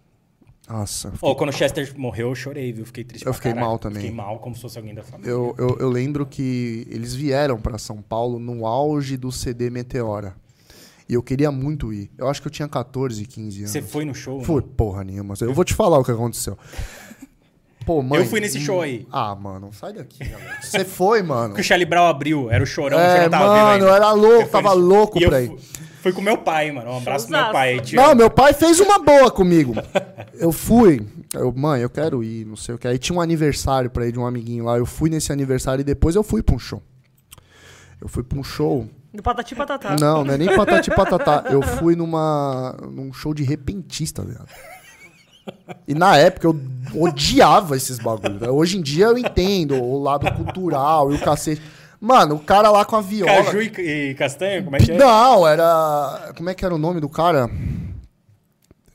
Nossa. Ó, quando o Chester morreu, eu chorei, viu? Fiquei triste Eu pra fiquei caralho. mal também. Fiquei mal, como se fosse alguém da família. Eu, eu, eu lembro que eles vieram pra São Paulo no auge do C D Meteora. E eu queria muito ir. Eu acho que eu tinha catorze, quinze anos. Você foi no show? Fui, Não? porra nenhuma. Eu vou te falar o que aconteceu. Pô, mãe. Eu fui nesse show aí. Ah, mano, sai daqui, galera. Você foi, mano. Porque o Charlie Brown abriu, era o Chorão, o É, Chorão tava vendo mano, ainda. eu era louco, fui tava no- louco e eu pra ir. fu- Fui com meu pai, mano. Um abraço pro meu Showzaço. pai. Tio. Não, meu pai fez uma boa comigo. Eu fui. Eu, mãe, eu quero ir, não sei o que. Aí tinha um aniversário pra ir de um amiguinho lá. Eu fui nesse aniversário e depois eu fui pra um show. Eu fui pra um show. Do Patati Patatá. Não, não é nem patati patatá. Eu fui numa, num show de repentista, velho. E na época eu odiava esses bagulhos. Velho. Hoje em dia eu entendo o lado cultural e o cacete. Mano, o cara lá com a viola. Caju e, e castanha, como é que é? Não, era. Como é que era o nome do cara?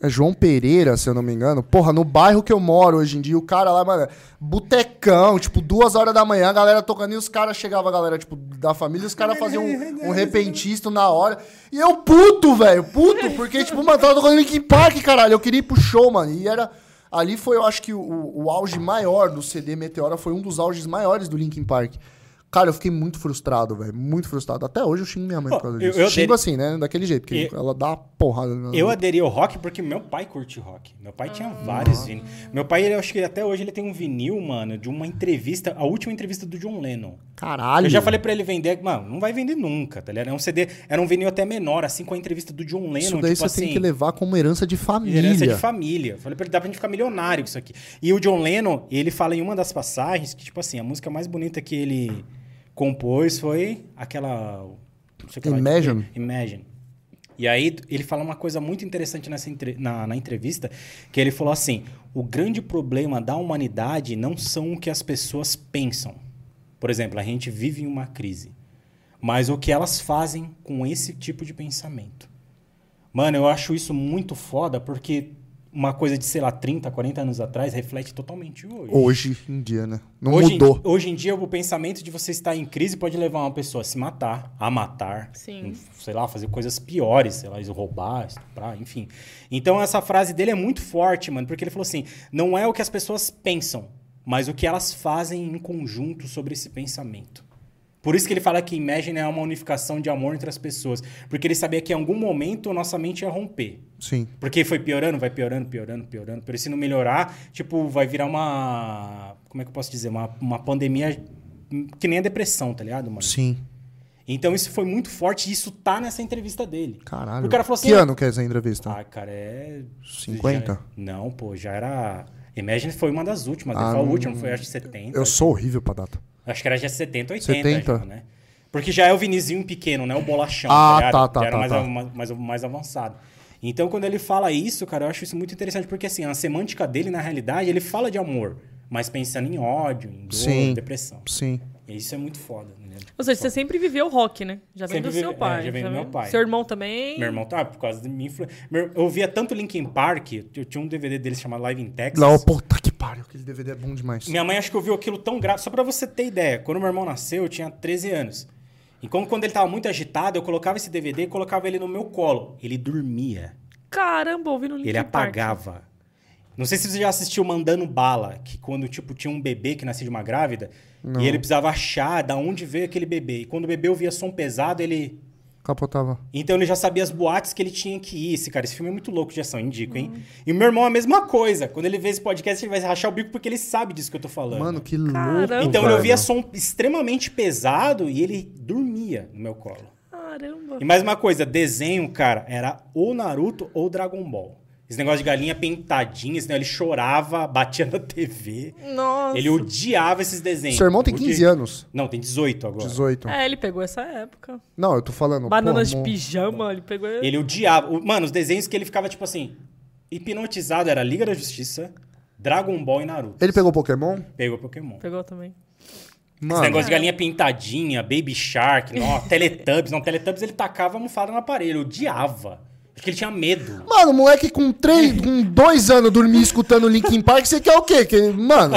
É João Pereira, se eu não me engano. Porra, no bairro que eu moro hoje em dia, o cara lá, mano, botecão, tipo, duas horas da manhã, a galera tocando, e os caras, chegava a galera, tipo, da família, os caras faziam um, um repentista na hora. E eu puto, velho, puto, porque, tipo, mano, tava tocando Linkin Park, caralho, eu queria ir pro show, mano, e era... Ali foi, eu acho que, o, o auge maior do C D Meteora, foi um dos auges maiores do Linkin Park. Cara, eu fiquei muito frustrado, velho. Muito frustrado. Até hoje eu xingo minha mãe por causa disso. Eu, eu xingo aderi... assim, né? Daquele jeito, porque eu... ela dá uma porrada. Na... Eu aderi ao rock porque meu pai curte rock. Meu pai ah. tinha vários vinil. Meu pai, ele, eu acho que até hoje ele tem um vinil, mano, de uma entrevista, a última entrevista do John Lennon. Caralho. Eu já falei pra ele vender, mano, não vai vender nunca, tá ligado? É um C D, era um vinil até menor, assim, com a entrevista do John Lennon. Isso daí tipo você assim, tem que levar como herança de família. Herança de família. Falei pra ele, dá pra gente ficar milionário com isso aqui. E o John Lennon, ele fala em uma das passagens que, tipo assim, a música mais bonita que ele... compôs foi aquela... Não sei o que lá, Imagine. Imagine. E aí ele fala uma coisa muito interessante nessa entre, na, na entrevista, que ele falou assim, o grande problema da humanidade não são o que as pessoas pensam. Por exemplo, a gente vive em uma crise, mas o que elas fazem com esse tipo de pensamento. Mano, eu acho isso muito foda, porque... uma coisa de, sei lá, trinta, quarenta anos atrás, reflete totalmente hoje. Hoje em dia, né? Não hoje mudou. Em, hoje em dia, o pensamento de você estar em crise pode levar uma pessoa a se matar, a matar, Sim. sei lá, fazer coisas piores, sei lá, roubar, estuprar, enfim. Então, essa frase dele é muito forte, mano, porque ele falou assim, não é o que as pessoas pensam, mas o que elas fazem em conjunto sobre esse pensamento. Por isso que ele fala que Imagine é uma unificação de amor entre as pessoas. Porque ele sabia que em algum momento a nossa mente ia romper. Sim. Porque foi piorando, vai piorando, piorando, piorando. Por isso, se não melhorar, tipo, vai virar uma... Como é que eu posso dizer? Uma, uma pandemia que nem a depressão, tá ligado, mano? Sim. Então isso foi muito forte e isso tá nessa entrevista dele. Caralho. O cara falou assim... Que ano que é essa entrevista? Ah, cara, é... cinquenta? Já... Não, pô, já era... Imagine foi uma das últimas. Ah, foi a não... última, foi acho que setenta. Eu sou horrível pra data. Acho que era já setenta, oitenta. setenta? Já, né? Porque já é o Vinizinho pequeno, né? O bolachão. Ah, tá, tá, tá. Já era tá, mais, tá. mais, mais, mais avançado. Então, quando ele fala isso, cara, eu acho isso muito interessante. Porque, assim, a semântica dele, na realidade, ele fala de amor. Mas pensando em ódio, em dor, Sim. depressão. Sim. E isso é muito foda. Né? Ou seja, você sempre viveu rock, né? Já vem Sempre do seu vive- pai. é, já vem do meu pai. Seu irmão também? Meu irmão tá, por causa da minha influência. Meu- Eu via tanto Linkin Park, eu tinha um D V D deles chamado Live in Texas. Não, puta que pariu. Aquele D V D é bom demais. Minha mãe acho que ouviu aquilo tão grave. Só pra você ter ideia, quando meu irmão nasceu, eu tinha treze anos. E como quando ele tava muito agitado, eu colocava esse D V D e colocava ele no meu colo. Ele dormia. Caramba, ouvindo Linkin Ele Park. apagava. Não sei se você já assistiu Mandando Bala, que quando tipo tinha um bebê que nascia de uma grávida, Não. e ele precisava achar da onde veio aquele bebê. E quando o bebê ouvia som pesado, ele... Capotava. Então ele já sabia as boates que ele tinha que ir. Esse cara, esse filme é muito louco de ação, indico, hein? E o meu irmão é a mesma coisa. Quando ele vê esse podcast, ele vai rachar o bico porque ele sabe disso que eu tô falando. Mano, que Caramba. louco, Então ele velho. ouvia som extremamente pesado e ele dormia no meu colo. Caramba. E mais uma coisa, desenho, cara, era ou Naruto ou Dragon Ball. Esse negócio de galinha pintadinha, esse negócio, ele chorava, batia na T V. Nossa. Ele odiava esses desenhos. Seu irmão tem Odia- quinze anos. Não, tem dezoito agora. dezoito. É, ele pegou essa época. Não, eu tô falando... Bananas pô, de mo- pijama, ele pegou... Ele odiava. O- Mano, os desenhos que ele ficava, tipo assim, hipnotizado era Liga da Justiça, Dragon Ball e Naruto. Ele pegou Pokémon? Pegou Pokémon. Pegou também. Esse Mano, negócio de galinha pintadinha, Baby Shark, nossa, Teletubbies. Não, Teletubbies ele tacava a almofada no aparelho, odiava. Porque ele tinha medo. mano, moleque com três, com dois anos dormir escutando Linkin Park, você quer o quê? Que, mano,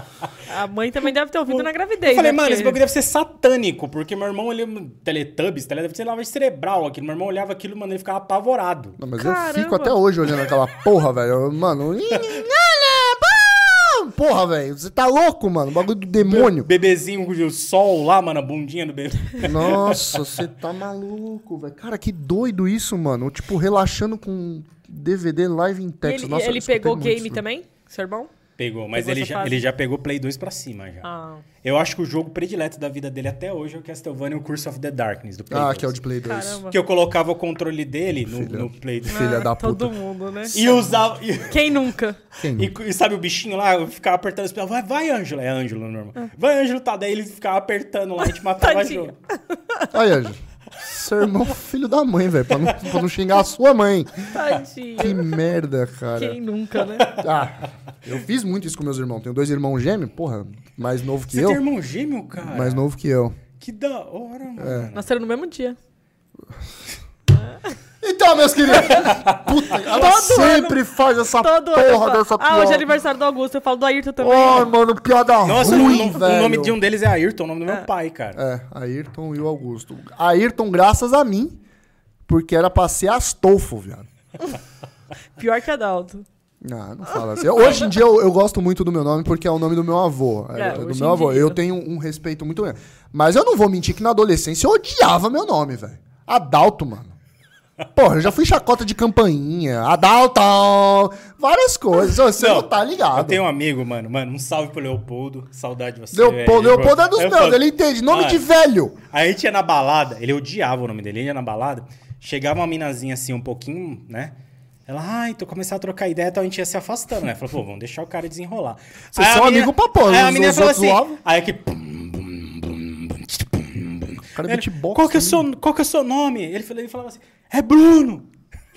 A mãe também deve ter ouvido na gravidez, Eu falei, né? mano, Porque- esse bagulho deve ser satânico, porque meu irmão, ele... Teletubbies, Teletubbies, deve ser lavagem cerebral aquilo. Meu irmão olhava aquilo, mano, ele ficava apavorado. não, mas eu Caramba. fico até hoje olhando aquela porra, velho. Mano, porra, velho, você tá louco, mano? Bagulho do demônio. Bebezinho com o sol lá, mano, a bundinha do bebê. Nossa, você tá maluco, velho. Cara, que doido isso, mano. Tipo, relaxando com D V D live em E Texas. ele, Nossa, eu ele escutei pegou muito game isso. também, seu irmão? Pegou, mas Pegou ele essa já, fase. ele já pegou Play dois pra cima já. Ah. Eu acho que o jogo predileto da vida dele até hoje é o Castlevania e o Curse of the Darkness, do Play Ah, dois. que é o de Play dois. Caramba. Que eu colocava o controle dele no, Filha. no Play dois. Filha da puta. Todo mundo, né? E usava... E, Quem nunca? Quem e, e sabe o bichinho lá? Eu ficava apertando os pedal. Vai, vai, Ângelo. É Ângelo, normal. Vai, Ângelo, tá. Daí ele ficava apertando lá, a gente matava o Tadinho. jogo. Aí, Anjo. Seu irmão é filho da mãe, velho. Pra não, pra não xingar a sua mãe. Tadinho. Que merda, cara. Quem nunca, né? Ah, eu fiz muito isso com meus irmãos. Tenho dois irmãos gêmeos, porra, mais novo que Você eu. tem irmão gêmeo, cara? Mais novo que eu. Que da hora, mano. Nasceram no mesmo dia. Então, Então, meus queridos. Puta, ela Todo sempre ano- faz essa Todo ano porra eu falo, dessa piada. ah, hoje é aniversário do Augusto, eu falo do Ayrton também. Ai, mano, piada Nossa, ruim, o, nome- velho. o nome de um deles é Ayrton, o nome do meu pai, cara. É, Ayrton e o Augusto. Ayrton, graças a mim, porque era pra ser Astolfo, viado. Pior que Adalto. Não, não fala assim. Hoje em dia eu, eu gosto muito do meu nome porque é o nome do meu avô. É, É, do hoje meu em avô. dia. Eu tenho um respeito muito grande. Mas eu não vou mentir que na adolescência eu odiava meu nome, velho. Adalto, mano. Porra, eu já fui chacota de campainha, Adalto, várias coisas. Você não, Não, tá ligado. Eu tenho um amigo, mano, mano, um salve pro Leopoldo, saudade de você. Leopoldo, velho. Leopoldo é dos Eu meus, falo- ele entende. Nome Mano, de velho. Aí a gente ia na balada, ele odiava o nome dele, ele ia na balada, chegava uma minazinha assim, um pouquinho, né? Ela, ai, tô começando a trocar ideia, então a gente ia se afastando, né? Falou, pô, vamos deixar o cara desenrolar. Vocês Aí a são menina- amigo pra porra, Aí a os- menina os falou outros assim, zoavam. aí aqui... pum, bum, bum, bum, tch, pum, bum. Cara, Ele, beatbox, qual, que é o né? seu, qual que é o seu nome? Ele, falou, ele falava assim, é Bruno.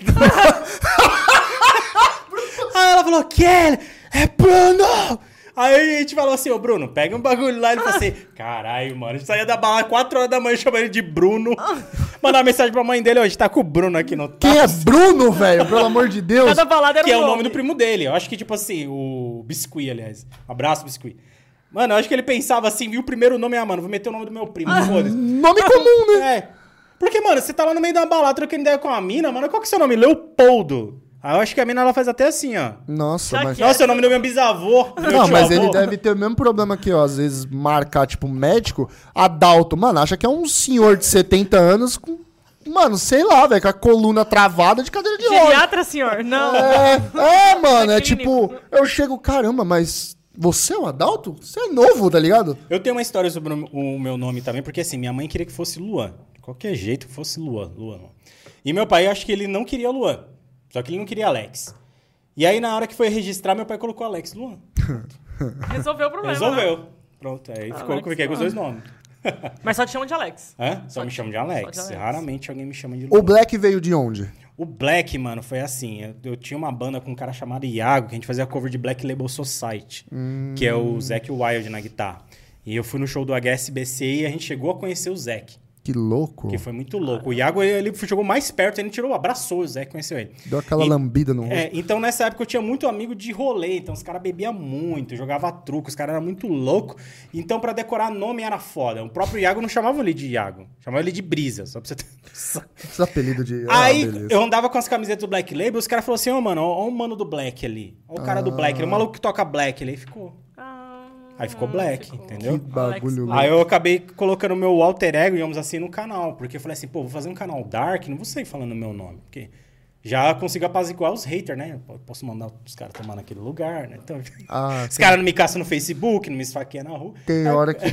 Aí ela falou, Kelly, é Bruno! Aí a gente falou assim, ô Bruno, pega um bagulho lá. Ele falou assim, caralho, mano, a gente saía da balada quatro horas da manhã chamando ele de Bruno. Mandar uma mensagem pra mãe dele, ó, a gente tá com o Bruno aqui no Quem é Bruno, velho? Pelo amor de Deus. Cada balada era Que é um o nome do primo dele. Eu acho que, tipo assim, o Biscuit, aliás. Abraço, Biscuit. Mano, eu acho que ele pensava assim, viu o primeiro nome, ah, mano, vou meter o nome do meu primo, foda-se. Nome comum, né? É. Porque, mano, você tá lá no meio da balada trocando ideia com a mina, mano, qual que é o seu nome? Leopoldo. Aí eu acho que a mina, ela faz até assim, ó. Nossa, Já mas... que é. Nossa, é o nome do meu bisavô. do meu Não, tio mas avô. ele deve ter o mesmo problema que eu, às vezes, marcar, tipo, médico, Adalto. Mano, acha que é um senhor de setenta anos com, mano, sei lá, velho, com a coluna travada de cadeira de rodas. Geriatra, senhor. Não. É, é, mano, é Pequenininho. tipo, eu chego, caramba, mas você é um Adalto? Você é novo, tá ligado? Eu tenho uma história sobre o o meu nome também, porque assim, minha mãe queria que fosse Luan. De qualquer jeito que fosse Luan. Luan. E meu pai, eu acho que ele não queria Luan. Só que ele não queria Alex. E aí, na hora que foi registrar, meu pai colocou Alex Luan. Resolveu o problema. Né? Resolveu. Pronto, aí ficou, Alex fiquei com os Luan. dois nomes. Mas só te chamam de Alex. Hã? Só, me chamam de Alex. só de Alex. Raramente alguém me chama de O Luan. Black veio de onde? O Black, mano, foi assim. Eu, eu tinha uma banda com um cara chamado Iago, que a gente fazia cover de Black Label Society, que é o Zac Wild na guitarra. E eu fui no show do H S B C e a gente chegou a conhecer o Zac, Que louco. que foi muito louco. O Iago, ele, ele chegou mais perto, ele tirou, abraçou o Zac, conheceu ele. Deu aquela E- lambida no rosto. É, então nessa época eu tinha muito amigo de rolê, então os caras bebiam muito, jogava truco, os caras eram muito loucos. Então pra decorar nome era foda. O próprio Iago não chamava ele de Iago, chamava ele de Brisa, só pra você ter noção. Esse apelido de... Ah, Aí beleza. eu andava com as camisetas do Black Label, os caras falaram assim, ô mano, ó, ó o mano do Black ali, ó o cara do Black, o maluco que toca Black ali, aí ficou. Ah, Aí ficou Black, entendeu? Que bagulho louco. Aí eu acabei colocando o meu alter ego, digamos assim, no canal. Porque eu falei assim, pô, vou fazer um canal dark, não vou sair falando o meu nome. Porque já consigo apaziguar os haters, né? Eu posso mandar os caras tomar naquele lugar, né? Então, Ah, os caras não me caçam no Facebook, não me esfaqueiam na rua. tem hora que...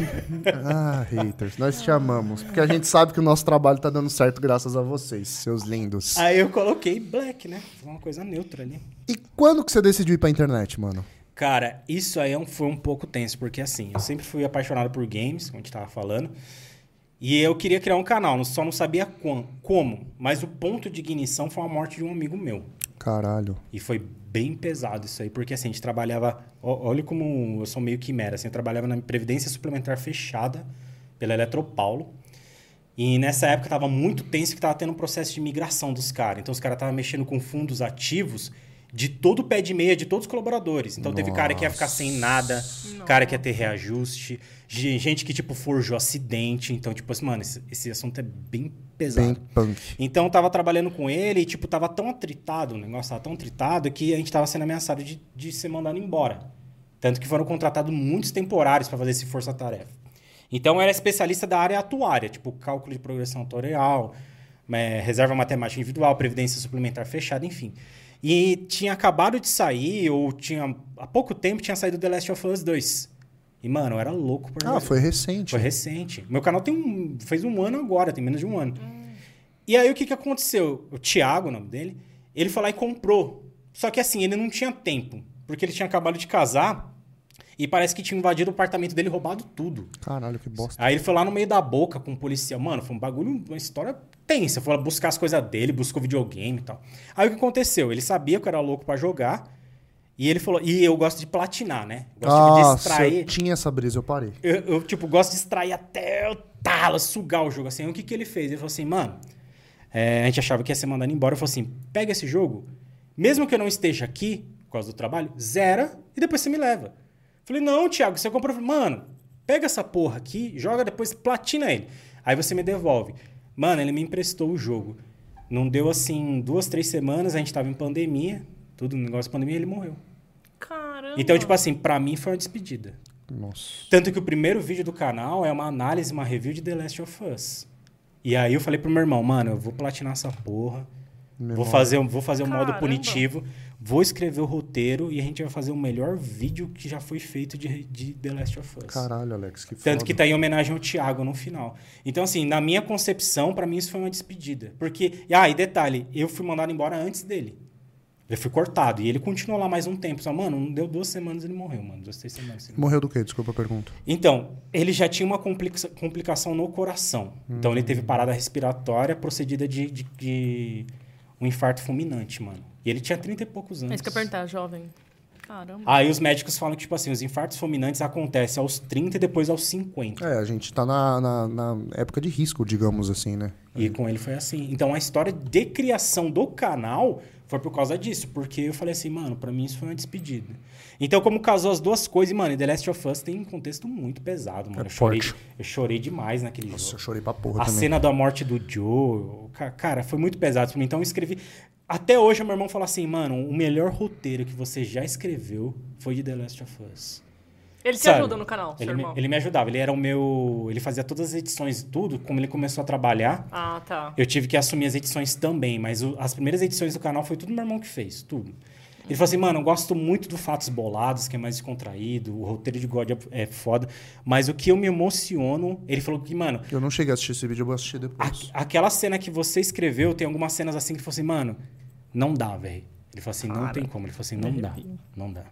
Ah, haters, nós te amamos. Porque a gente sabe que o nosso trabalho tá dando certo graças a vocês, seus lindos. Aí eu coloquei Black, né? Foi uma coisa neutra ali. E quando que você decidiu ir pra internet, mano? Cara, isso aí é um- foi um pouco tenso, porque assim, eu sempre fui apaixonado por games, como a gente tava falando, e eu queria criar um canal, não- só não sabia quan- como, mas o ponto de ignição foi a morte de um amigo meu. Caralho. E foi bem pesado isso aí, porque assim, a gente trabalhava, ó- olha como eu sou meio quimera, assim, eu trabalhava na Previdência Suplementar fechada pela Eletropaulo, e nessa época tava muito tenso que tava tendo um processo de migração dos caras, então os caras estavam mexendo com fundos ativos de todo o pé de meia de todos os colaboradores. Então teve cara que ia ficar sem nada, cara que ia ter reajuste, ge- gente que, tipo, forjou acidente. Então, tipo assim, mano, esse, esse assunto é bem pesado. Bem punk. Então, eu tava trabalhando com ele e, tipo, tava tão atritado, o negócio tava tão atritado que a gente tava sendo ameaçado de, de ser mandado embora. Tanto que foram contratados muitos temporários para fazer esse força-tarefa. Então, eu era especialista da área atuária, tipo, cálculo de progressão atorial, é, reserva matemática individual, previdência suplementar fechada, enfim. E tinha acabado de sair, ou tinha há pouco tempo, tinha saído The Last of Us dois. E, mano, eu era louco por Ah, foi recente. Foi recente. Meu canal tem um, fez um ano agora, tem menos de um ano. E aí, o que, que aconteceu? O Thiago, o nome dele, ele foi lá e comprou. Só que, assim, ele não tinha tempo. Porque ele tinha acabado de casar e parece que tinha invadido o apartamento dele e roubado tudo. Caralho, que bosta. Aí ele foi lá no meio da boca com o policial. Mano, foi um bagulho, uma história tensa. Foi lá buscar as coisas dele, buscou videogame e tal. Aí o que aconteceu? Ele sabia que eu era louco pra jogar. E ele falou... E eu gosto de platinar, né? Gosto de Nossa, distrair. eu tinha essa brisa, eu parei. Eu, eu, tipo, gosto de extrair até o talo, sugar o jogo, assim. Aí, o que que ele fez? Ele falou assim, mano, É, a gente achava que ia ser mandado embora. Eu falei assim, pega esse jogo, mesmo que eu não esteja aqui, por causa do trabalho, zera e depois você me leva. Falei, não, Thiago, você comprou... Mano, pega essa porra aqui, joga depois, platina ele. Aí você me devolve. Mano, ele me emprestou o jogo. Não deu, assim, duas, três semanas, a gente tava em pandemia, tudo, negócio de pandemia, ele morreu. Caramba. Então, tipo assim, pra mim foi uma despedida. Nossa. Tanto que o primeiro vídeo do canal é uma análise, uma review de The Last of Us. E aí eu falei pro meu irmão, mano, eu vou platinar essa porra, vou fazer, vou fazer o modo Caramba. punitivo, vou escrever o roteiro e a gente vai fazer o melhor vídeo que já foi feito de, de The Last of Us. Caralho, Alex, que foda. Tanto que tá em homenagem ao Thiago no final. Então, assim, na minha concepção, pra mim isso foi uma despedida. Porque, ah, e detalhe, eu fui mandado embora antes dele. Eu fui cortado. E ele continuou lá mais um tempo. Só, mano, não deu duas semanas ele morreu, mano. Duas, três semanas. Ele Morreu do quê? Desculpa a pergunta. Então, ele já tinha uma complica- complicação no coração. Hum. Então, ele teve parada respiratória procedida de, de, de um infarto fulminante, mano. E ele tinha trinta e poucos anos. É isso que eu ia perguntar, jovem. Caramba. Aí os médicos falam que, tipo assim, os infartos fulminantes acontecem aos trinta e depois aos cinquenta. É, a gente tá na, na, na época de risco, digamos assim, né? E com ele foi assim. Então, a história de criação do canal foi por causa disso. Porque eu falei assim, mano, pra mim isso foi uma despedida. Então, como casou as duas coisas, e, mano, The Last of Us tem um contexto muito pesado, mano. É eu, chorei, forte. eu chorei demais naquele Nossa, jogo. eu chorei pra porra A também. cena da morte do Joe, ca- cara, foi muito pesado pra mim. Então, eu escrevi... Até hoje, meu irmão fala assim, mano, o melhor roteiro que você já escreveu foi de The Last of Us. Ele te Sabe? ajuda no canal, seu Ele me, irmão? ele me ajudava. Ele era o meu... Ele fazia todas as edições e tudo. Como ele começou a trabalhar, Ah, tá. eu tive que assumir as edições também. Mas o- as primeiras edições do canal foi tudo meu irmão que fez. Tudo. Ele falou assim, mano, eu gosto muito do Fatos Bolados, que é mais descontraído. O roteiro de God é é foda. Mas o que eu me emociono... Ele falou que, mano... Eu não cheguei a assistir esse vídeo, eu vou assistir a- depois. aquela cena que você escreveu, tem algumas cenas assim que ele falou assim, mano, não dá, velho. Ele falou assim, não Cara, tem como. Ele falou assim, não me dá. arrepio. Não dá.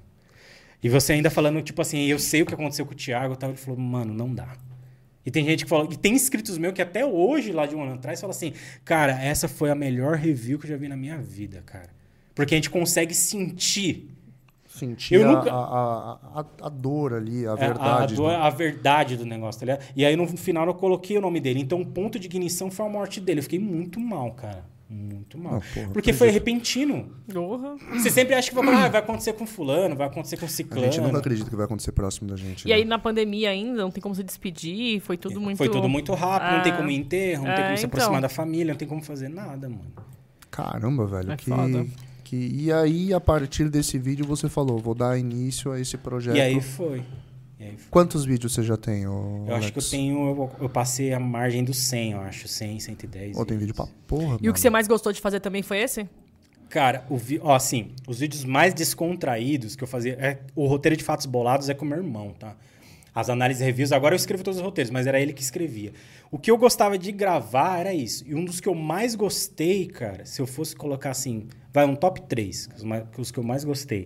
E você ainda falando, tipo assim, eu sei o que aconteceu com o Thiago e tal. Ele falou, mano, não dá. E tem gente que fala... E tem inscritos meus que até hoje, lá de um ano atrás, falam assim, cara, essa foi a melhor review que eu já vi na minha vida, cara. Porque a gente consegue sentir Sentir Eu a, nunca- a, a, a, a dor ali, a a- verdade. a, dor- né? a verdade do negócio, tá ligado? E aí no final eu coloquei o nome dele. Então o ponto de ignição foi a morte dele. Eu fiquei muito mal, cara. Muito mal. Ah, porra, Porque foi acredito. repentino. Porra. Você sempre acha que vai, ah, vai acontecer com fulano, vai acontecer com A ciclano. gente nunca acredita que vai acontecer próximo da gente. E né? aí, na pandemia ainda, não tem como se despedir, foi tudo muito... Foi tudo muito rápido, não tem Ah. como ir em enterro, não tem É, como se então. aproximar da família, não tem como fazer nada, mano. Caramba, velho. É que, foda. que... E aí, a partir desse vídeo, você falou, vou dar início a esse projeto. E aí foi. E aí foi. Quantos vídeos você já tem, ô, Eu Alex? acho que eu tenho. Eu, eu passei a margem dos cem, eu acho. cem, cento e dez. Ô, tem vídeo pra porra, E o que você mais gostou de fazer também foi esse? Cara, o vi... ó, assim, os vídeos mais descontraídos que eu fazia. É... O roteiro de Fatos Bolados é com meu irmão, tá? As análises e reviews, agora eu escrevo todos os roteiros, mas era ele que escrevia. O que eu gostava de gravar era isso. E um dos que eu mais gostei, cara, se eu fosse colocar assim, vai um top três, os, mais... os que eu mais gostei.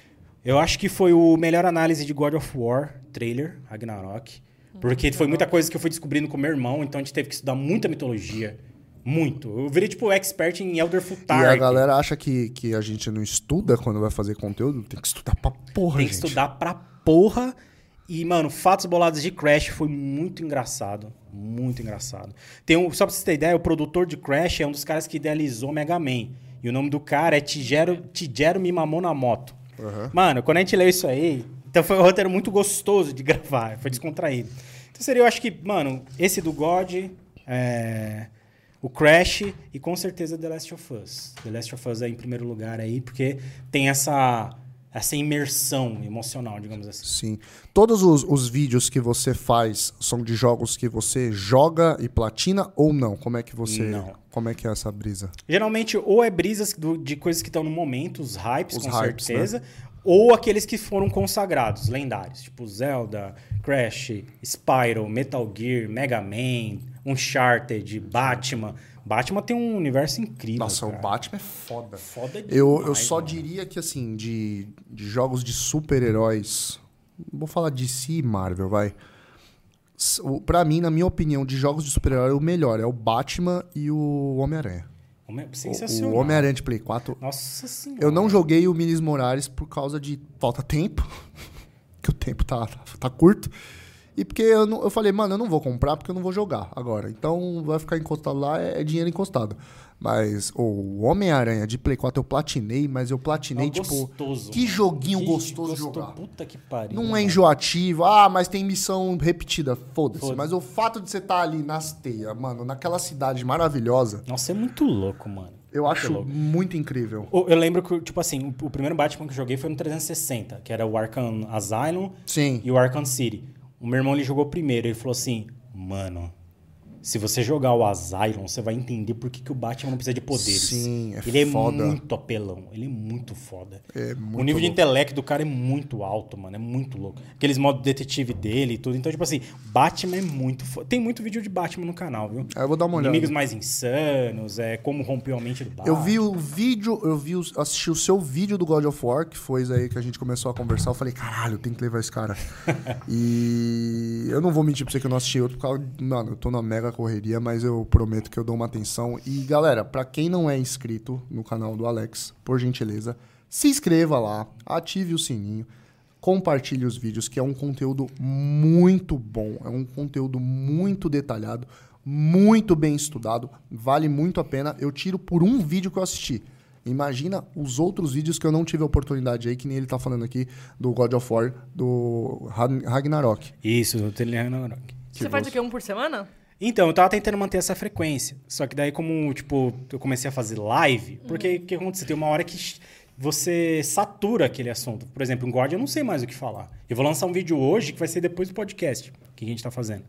Eu acho que foi o melhor análise de God of War trailer, Ragnarok. Porque foi muita coisa que eu fui descobrindo com meu irmão, então a gente teve que estudar muita mitologia. Muito. Eu virei, tipo, expert em Elder E Futhark. a galera acha que, que a gente não estuda quando vai fazer conteúdo. Tem que estudar pra porra, Tem que gente. estudar pra porra. E, mano, Fatos Bolados de Crash foi muito engraçado. Muito engraçado. Tem um, só pra você ter ideia, o produtor de Crash é um dos caras que idealizou Mega Man. E o nome do cara é Tijero, Tijero Mimamoto. Uhum. Mano, quando a gente leu isso aí... Então foi um roteiro muito gostoso de gravar. Foi descontraído. Então seria, eu acho que, mano, esse do God... É... O Crash e com certeza The Last of Us. The Last of Us é em primeiro lugar aí, porque tem essa, essa imersão emocional, digamos assim. Sim. Todos os, os vídeos que você faz são de jogos que você joga e platina ou não? Como é que você... Não. Como é que é essa brisa? Geralmente, ou é brisas do- de coisas que estão no momento, os hypes, Os com hypes, certeza, ou aqueles que foram consagrados, lendários, tipo Zelda, Crash, Spyro, Metal Gear, Mega Man, Uncharted, Batman. Batman tem um universo incrível. Nossa, cara. o Batman é foda. Foda demais, Eu, eu só mano. diria que, assim, de, de jogos de super-heróis... Vou falar de D C e Marvel, vai. S- o- Pra mim, na minha opinião, de jogos de super-herói, o melhor é o Batman e o Homem-Aranha. Homem- O- Sensacional. O Homem-Aranha de Play quatro... Nossa senhora. Eu não joguei o Miles Morales por causa de falta tempo, que o tempo tá, tá, tá curto. E porque eu, não, eu falei, mano, eu não vou comprar porque eu não vou jogar agora. Então vai ficar encostado lá, é, é dinheiro encostado. Mas o Homem-Aranha de Play quatro eu platinei, mas eu platinei, É tipo... gostoso, que mano. joguinho Que gostoso de gostou- jogar. Puta que pariu. Não mano. é enjoativo. Ah, mas tem missão repetida. Foda-se. Foda-se. Mas o fato de você estar ali nas teias, mano, naquela cidade maravilhosa, Nossa, é muito louco, mano. eu acho louco. muito incrível. O- Eu lembro que, tipo assim, o, o primeiro Batman que eu joguei foi no trezentos e sessenta, que era o Arkham Asylum Sim. e o Arkham City. O meu irmão, ele jogou primeiro. Ele falou assim, mano, se você jogar o Asylum, você vai entender por que, que o Batman não precisa de poderes. Sim, é Ele foda. é muito apelão. Ele é muito foda. É muito o nível de louco. intelecto do cara é muito alto, mano. É muito louco. Aqueles modos detetive dele e tudo. Então, tipo assim, Batman é muito foda. Tem muito vídeo de Batman no canal, viu? Aí eu vou dar uma olhada. Inimigos mais insanos, é como rompeu a mente do Batman. Eu vi o vídeo, eu vi, o- assisti o seu vídeo do God of War, que foi aí que a gente começou a conversar. Eu falei, caralho, eu tenho que levar esse cara. E eu não vou mentir pra você que eu não assisti outro, porque, mano, eu tô na mega correria, mas eu prometo que eu dou uma atenção. E, galera, pra quem não é inscrito no canal do Alex, por gentileza, se inscreva lá, ative o sininho, compartilhe os vídeos, que é um conteúdo muito bom, é um conteúdo muito detalhado, muito bem estudado, vale muito a pena. Eu tiro por um vídeo que eu assisti. Imagina os outros vídeos que eu não tive a oportunidade aí, que nem ele tá falando aqui do God of War, do Rag- Ragnarok. Isso, do Ragnarok. Você faz o quê? Um por semana? Então, eu tava tentando manter essa frequência. Só que daí, como, tipo, eu comecei a fazer live, porque o que acontece? Tem uma hora que você satura aquele assunto. Por exemplo, em God eu não sei mais o que falar. Eu vou lançar um vídeo hoje que vai ser depois do podcast que a gente tá fazendo.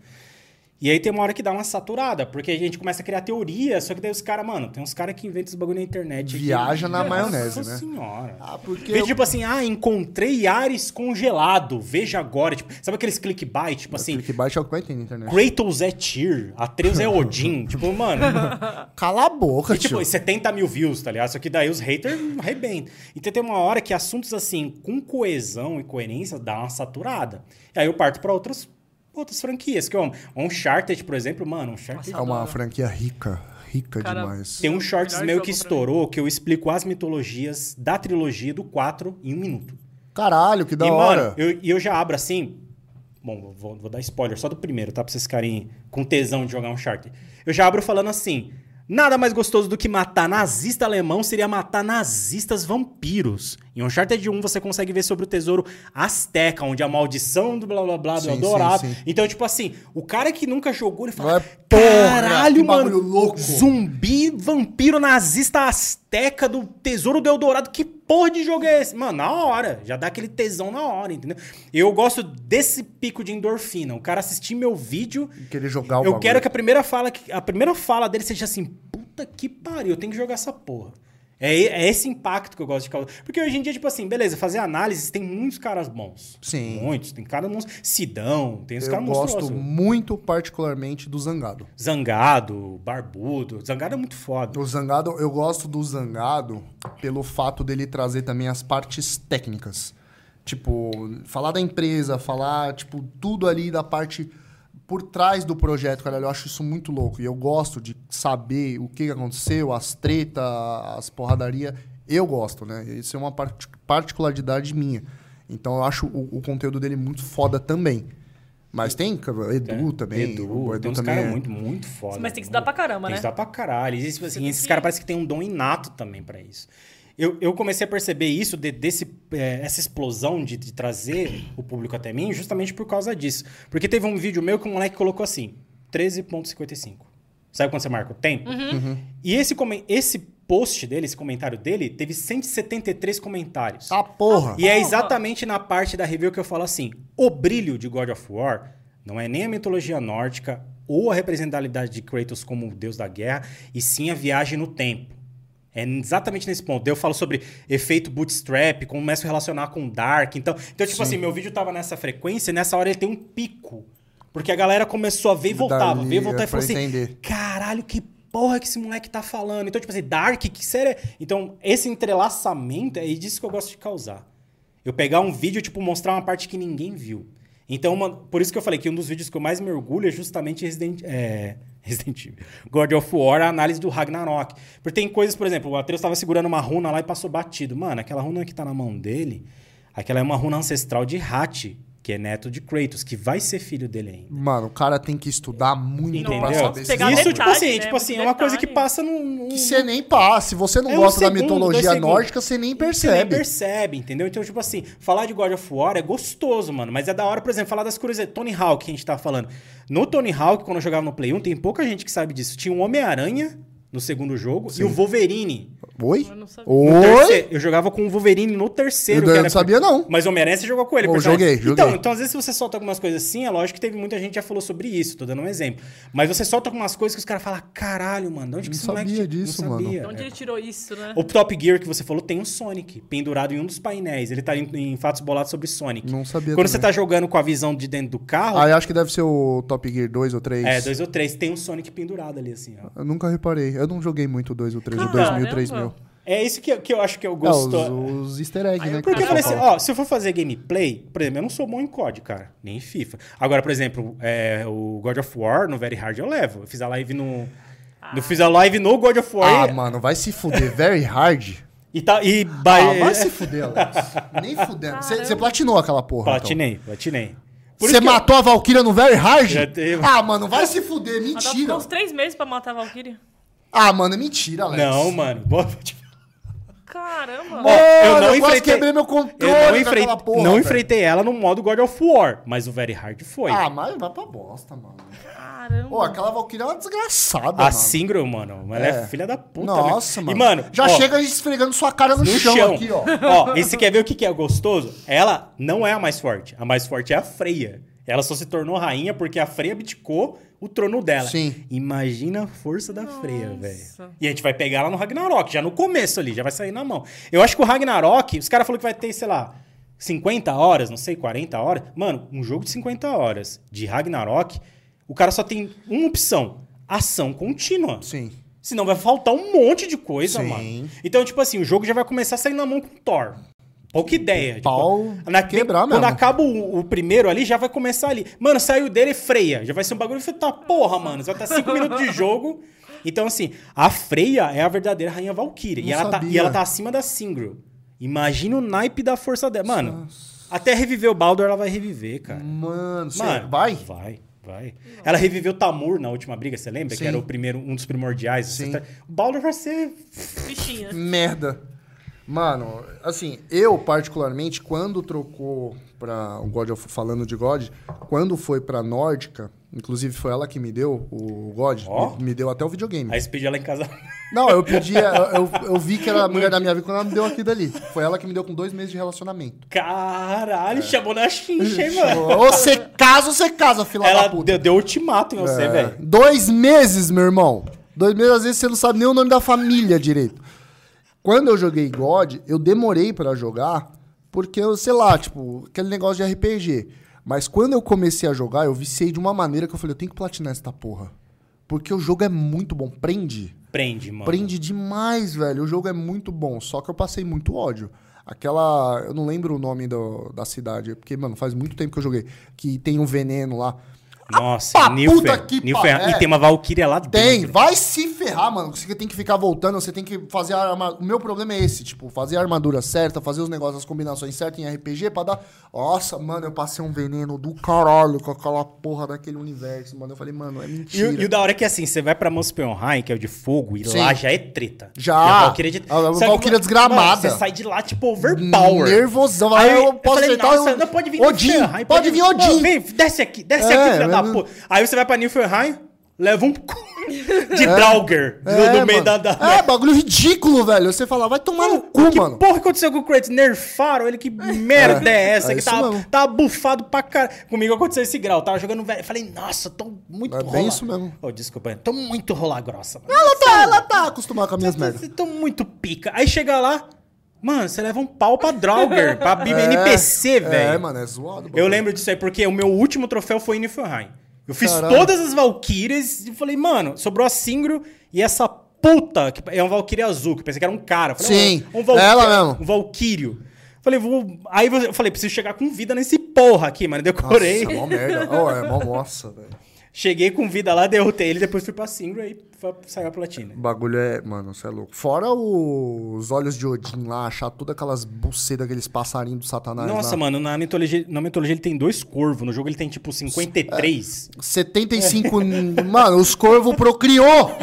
E aí tem uma hora que dá uma saturada, porque a gente começa a criar teoria, só que daí os caras, mano, tem uns caras que inventam os bagulho na internet. Viaja que... na maionese, Nossa né? senhora. Ah, porque... Vídeo eu- tipo assim, ah, encontrei Ares congelado, veja agora. Tipo, sabe aqueles clickbait? Tipo assim, Clickbait é o que vai ter na internet. Kratos é Tyr, Atreus é Odin. Tipo, mano... Cala a boca, E, tipo, tio. setenta mil views, tá ligado? Só que daí os haters arrebentam. Então tem uma hora que assuntos assim, com coesão e coerência, dá uma saturada. E aí eu parto pra outras, outras franquias. Que, ó, Uncharted, por exemplo, mano, Uncharted... É uma franquia rica, rica Cara, demais. Tem um shorts melhor meu jogo que pra estourou, que eu explico as mitologias da trilogia do quatro em um minuto. Caralho, que da e, hora. mano, eu, e eu já abro assim... Bom, vou, vou dar spoiler só do primeiro, tá? Pra vocês ficarem com tesão de jogar um Uncharted. Eu já abro falando assim... Nada mais gostoso do que matar nazista alemão seria matar nazistas vampiros. Em Uncharted um você consegue ver sobre o tesouro Azteca, onde a maldição do blá blá blá do Sim, Eldorado. sim, sim. Então, tipo assim, o cara que nunca jogou, ele fala... Vai, porra, Caralho, que mano, bagulho louco." zumbi, vampiro, nazista, Azteca do tesouro do Eldorado. Que porra de jogo é esse? Mano, na hora. Já dá aquele tesão na hora, entendeu? Eu gosto desse pico de endorfina. O cara assistir meu vídeo... Querer jogar o Eu bagulho. quero que a primeira fala, que- a primeira fala dele seja assim, puta que pariu, eu tenho que jogar essa porra. É, e- é esse impacto que eu gosto de causar. Porque hoje em dia, tipo assim, beleza, fazer análises, tem muitos caras bons. Sim. Muitos. Tem caras bons. Sidão, tem os Eu caras gosto monstruosos. muito, particularmente, do Zangado. Zangado, Barbudo. Zangado é muito foda. O Zangado, eu gosto do Zangado pelo fato dele trazer também as partes técnicas. Tipo, falar da empresa, falar, tipo, tudo ali da parte por trás do projeto, cara. Eu acho isso muito louco. E eu gosto de saber o que aconteceu, as tretas, as porradarias. Eu gosto, né? Isso é uma part- particularidade minha. Então eu acho o, o conteúdo dele muito foda também. Mas tem cara, Edu É, também. Edu, o tem uns também caras é- muito, muito foda. Mas tem que se dar pra caramba, Tem né? que se dar pra caralho. E, tipo assim, tem esses que- caras parecem que tem um dom inato também pra isso. Eu, eu comecei a perceber isso, de, desse, é, essa explosão de, de trazer o público até mim, justamente por causa disso. Porque teve um vídeo meu que um moleque colocou assim, treze ponto cinquenta e cinco. Sabe quando você marca o tempo? Uhum. E esse, come- esse post dele, esse comentário dele, teve cento e setenta e três comentários. Ah, porra! E é Porra! exatamente na parte da review que eu falo assim: o brilho de God of War não é nem a mitologia nórdica ou a representatividade de Kratos como o deus da guerra, e sim a viagem no tempo. É exatamente nesse ponto. Daí eu falo sobre efeito bootstrap, começo a relacionar com Dark. Então, então tipo assim, meu vídeo tava nessa frequência e nessa hora ele tem um pico. Porque a galera começou a ver e voltava, Dali, ver e voltava é e falou pra assim: entender. caralho, que porra que esse moleque tá falando? Então, tipo assim, Dark, que série é? Então, esse entrelaçamento é disso que eu gosto de causar. Eu pegar um vídeo, tipo, mostrar uma parte que ninguém viu. Então, uma- por isso que eu falei que um dos vídeos que eu mais me orgulho é justamente Resident, é, Resident Evil. God of War, a análise do Ragnarok. Porque tem coisas, por exemplo, o Atreus tava segurando uma runa lá e passou batido. Mano, aquela runa que tá na mão dele, aquela é uma runa ancestral de Hat. que é neto de Kratos, que vai ser filho dele ainda. Mano, o cara tem que estudar muito Entendeu? pra saber Pegar se Isso, detalhe, tipo assim, né? tipo assim, é Muito uma coisa que detalhe. passa num... que você nem passa. Se você não É um gosta da segundo, mitologia dois segundos. nórdica, você nem Você nem percebe. percebe, entendeu? Então, tipo assim, falar de God of War é gostoso, mano. Mas é da hora, por exemplo, falar das curiosidades. Tony Hawk, que a gente tava falando. No Tony Hawk, quando eu jogava no Play um, tem pouca gente que sabe disso. Tinha um Homem-Aranha no segundo jogo e o Wolverine. Oi? Eu não sabia. No Oi? terceiro. Eu jogava com o Wolverine no terceiro. Eu que não era- sabia, não. Mas o Homem-Aranha você jogou com ele. Eu personagem. joguei, joguei. Então, então, às vezes, se você solta algumas coisas assim, é lógico que teve muita gente que já falou sobre isso. Tô dando um exemplo. Mas você solta algumas coisas que os caras falam, caralho, mano, de onde que Não esse moleque... sabia ti- disso, não mano. sabia. De onde ele tirou isso, né? O Top Gear que você falou tem um Sonic pendurado em um dos painéis. Ele tá em, em fatos bolados sobre Sonic. Não sabia Quando você também. tá jogando com a visão de dentro do carro, Ah, eu acho que deve ser o Top Gear dois ou três. é, dois ou três, tem um Sonic pendurado ali, assim, ó. Eu nunca reparei. Eu não joguei muito o dois ou três, o Caramba. dois mil, três mil. É isso que, eu- que eu acho que eu É, gosto. os, os easter eggs, Aí né? eu- que Porque o eu falei pessoal assim, fala. ó, se eu for fazer gameplay, por exemplo, eu não sou bom em C O D, cara, nem em FIFA. Agora, por exemplo, é, o God of War no Very Hard eu levo. Eu fiz a live no... Eu fiz a live no God of War Ah, mano, vai se fuder. Very hard. e... Tá, e Ah, by- vai se fuder, Alex. Nem fudendo. Você Caramba. platinou aquela porra, então. Platinei, platinei. Por Você isso que eu- matou a Valkyria no Very Hard? Já teve. Ah, mano, vai se fuder. Mas ela ficou Mentira. uns três meses pra matar a Valkyria. Ah, mano, é mentira, Alex. Não, mano. Boa, tipo, Caramba. Mano, eu não quase enfrentei- quebrei meu eu controle não, com enfrei- aquela porra, não velho. enfrentei ela no modo God of War, mas o Very Hard foi. Ah, mas vai pra bosta, mano. Caramba. Pô, aquela Valkyria é uma desgraçada, a mano. Singro, mano, ela é, É. filha da puta. Nossa, mesmo. mano. E, mano, Já ó, chega esfregando sua cara no, no chão, chão. aqui, ó. Ó, e você quer ver o que que é gostoso? Ela não é a mais forte. A mais forte é a Freya. Ela só se tornou rainha porque a Freya abdicou o trono dela. Sim. Imagina a força da Freya, Nossa. velho. E a gente vai pegar ela no Ragnarok, já no começo ali, já vai sair na mão. Eu acho que o Ragnarok, os caras falaram que vai ter, sei lá, cinquenta horas, não sei, quarenta horas. Mano, um jogo de cinquenta horas de Ragnarok, o cara só tem uma opção: ação contínua. Sim. Senão vai faltar um monte de coisa, Sim. mano. Então, tipo assim, o jogo já vai começar a sair na mão com o Thor. Pouca ideia. Tipo, Pau na- quebrar Quando mesmo. acaba o, o primeiro ali, já vai começar ali. Mano, saiu dele Freya. Já vai ser um bagulho. Eu falei, tá porra, mano. Você vai estar cinco minutos de jogo. Então, assim, a Freya é a verdadeira rainha Valkyria. E Não ela, tá, sabia. e ela tá acima da Singro. Imagina o naipe da força dela. Mano, até reviver o Baldur, ela vai reviver, cara. Mano, cê Mano, vai? Vai, vai. Ela reviveu Tamur na última briga, você lembra? Sim. Que era o primeiro, um dos primordiais. Sim. Você tá- O Baldur vai ser... Bichinha. Merda. Mano, assim, eu particularmente, quando trocou pra o God of falando de God, quando foi pra Nórdica, inclusive foi ela que me deu o God, Ó. me, me deu até o videogame. Aí você pediu ela em casa. Não, eu pedi, eu, eu, eu vi que era a mulher da minha vida quando ela me deu aqui dali. Foi ela que me deu com dois meses de relacionamento. Caralho, chamou na chincha, hein, mano? Ou você casa ou você casa, filha Ela da puta. deu, deu ultimato em você, É, velho. Dois meses, meu irmão. Dois meses, às vezes, você não sabe nem o nome da família direito. Quando eu joguei God, eu demorei pra jogar, porque eu, sei lá, tipo, aquele negócio de R P G. Mas quando eu comecei a jogar, eu viciei de uma maneira que eu falei, eu tenho que platinar essa porra. Porque o jogo é muito bom. Prende. Prende, mano. Prende demais, velho. O jogo é muito bom. Só que eu passei muito ódio. Aquela... Eu não lembro o nome do, da cidade. Porque, mano, faz muito tempo que eu joguei. Que tem um veneno lá. Nossa, Ah, Nilfer. puta que Nilfer. pa- é. E tem uma Valkyria lá dentro. Tem, vai se ferrar, mano. Você tem que ficar voltando, você tem que fazer a armadura. O meu problema é esse, tipo, fazer a armadura certa, fazer os negócios, as combinações certas em R P G pra dar. Nossa, mano, eu passei um veneno do caralho com aquela porra daquele universo, mano. Eu falei, mano, é E, mentira. o- e o da hora é que assim, você vai pra Muspelheim, que é o de fogo, e Sim. lá já é treta. Já. E a Valkyria de... A- a Só que, Valkyria mano, desgramada. mano, você sai de lá, tipo, overpower. Nervosão. Aí Aí eu eu posso falei, aceitar. nossa, eu- não pode vir Odin. Nilfgaard, Pode vir Odin. Não, vem, desce aqui, desce É, aqui, filha da mas- puta. Aí você vai pra Nilfgaard, leva um de Draugr no, É, no meio mano. da... da... É, bagulho ridículo, velho. Você fala, vai tomar no cu, que mano. porra aconteceu com o Kratos? Nerfaram ele? Que merda é, essa? é que isso tava, mesmo. tava bufado pra caralho. Comigo aconteceu esse grau. Tava jogando velho. Falei, nossa, tô muito É bem rola... isso mesmo. Oh, desculpa, tô muito rolar grossa. Mano. Ela tá, ela tá acostumada com as minhas merdas. Tô muito pica. Aí chega lá, mano, você leva um pau pra Draugr, pra N P C, velho. É, mano, é zoado. Eu bagulho. lembro disso aí, porque o meu último troféu foi em Niflheim. Eu fiz Caralho. todas as Valkyrias e falei, mano, sobrou a Singro e essa puta, que é uma Valkyria azul, que eu pensei que era um cara. Eu falei, Sim, um, um Valky- ela mesmo. Um Valkyrio. Falei, vou... Aí eu falei, preciso chegar com vida nesse porra aqui, mano. Decorei. Nossa, mó merda. Oh, é mó moça, velho. Cheguei com vida lá, derrotei ele, depois fui pra Singra e saiu a platina. O bagulho é... Mano, você é louco. Fora os olhos de Odin lá, achar todas aquelas bucetas, aqueles passarinhos do satanás. Nossa, lá. mano, na mitologia, na mitologia ele tem dois corvos. No jogo ele tem, tipo, cinquenta e três. É, setenta e cinco... Mano, os corvos procriou!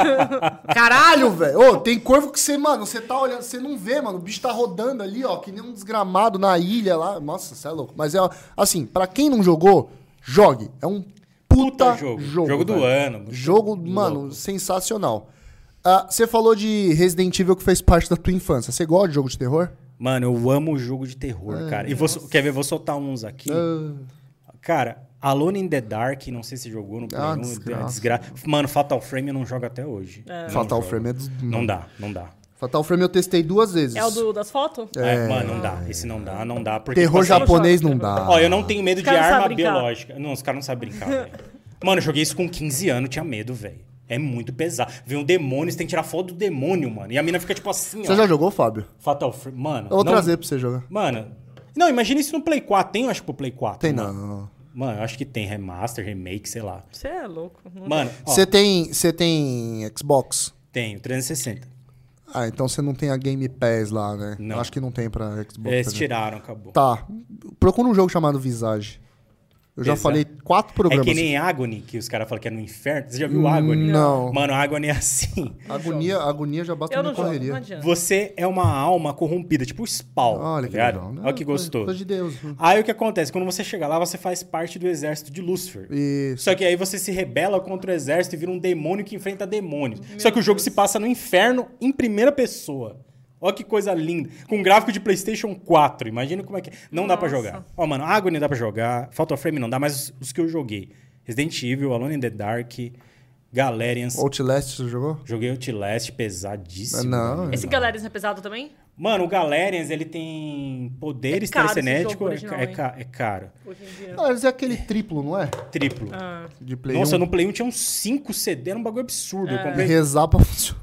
Caralho, velho! Ô, tem corvo que você, mano, você tá olhando, você não vê, mano. O bicho tá rodando ali, ó, que nem um desgramado na ilha lá. Nossa, você é louco. Mas é, assim, pra quem não jogou, jogue. É um puta, Puta jogo. jogo. Jogo do velho. ano. Muito Jogo, louco. mano, sensacional. Ah, você falou de Resident Evil que fez parte da tua infância. Você gosta de jogo de terror? Mano, eu amo jogo de terror, Ai, cara. E vou, quer ver? Vou soltar uns aqui. Ah, Cara, Alone in the Dark, não sei se jogou no Play Ah, um, desgraça. desgra... Mano, Fatal Frame eu não jogo até hoje. Não Fatal jogo. Frame é dos... Não dá, não dá. Fatal Frame eu testei duas vezes. É o do, das fotos? É, mano, não dá. Esse não dá, não dá. Porque, Terror tipo assim, japonês jogo não de dá. Ó, eu não tenho medo Os de caras não arma sabem brincar. biológica. Não, os caras não sabem brincar, velho. Mano, eu joguei isso com quinze anos, tinha medo, velho. É muito pesado. Vem um demônio, você tem que tirar foto do demônio, mano. E a mina fica tipo assim, Você ó. já jogou, Fábio? Fatal Frame. Mano. Eu vou não... trazer pra você jogar. Mano. Não, imagina isso no Play quatro. Tem, eu acho, pro Play quatro. Tem mano. não, não, não. Mano, eu acho que tem remaster, remake, sei lá. Você é louco. Não Mano, ó, Você tem, você tem Xbox? tenho, trezentos e sessenta. Ah, então você não tem a Game Pass lá, né? Não. Acho que não tem pra Xbox. Eles né? tiraram, acabou. Tá. Procura um jogo chamado Visage. Eu já Exato. falei quatro É programas. que nem Agony, que os caras falam que é no inferno. Você já viu Agony? Não. Mano, Agony é assim. Agonia, agonia já basta Eu na não jogo, correria. não adianta. Você é uma alma corrompida, tipo o Spawn, Olha tá que ligado? legal. Olha que Coisa- gostoso. Coisa de Deus. Aí o que acontece? Quando você chega lá, você faz parte do exército de Lúcifer. Isso. Só que aí você se rebela contra o exército e vira um demônio que enfrenta demônios. Só que o jogo se passa no inferno em primeira pessoa. Olha que coisa linda. Com gráfico de PlayStation quatro. Imagina como é que é. Não dá pra Nossa. jogar. Ó, mano, Agony dá pra jogar. Fatal Frame não dá, mas os, os que eu joguei. Resident Evil, Alone in the Dark, Galerians. Outlast você jogou? Joguei Outlast, pesadíssimo. Não, velho. Esse galera é pesado também? Mano, o Galerians, ele tem poderes É caro esse telecinéticos. jogo É, original, é, hein? ca- é caro. Hoje em dia. Ah, mas é aquele triplo, não é? Triplo. Ah, De Play Nossa, um. no Play um tinha uns cinco C D, era um bagulho absurdo. Eu E comprei. rezar pra funcionar.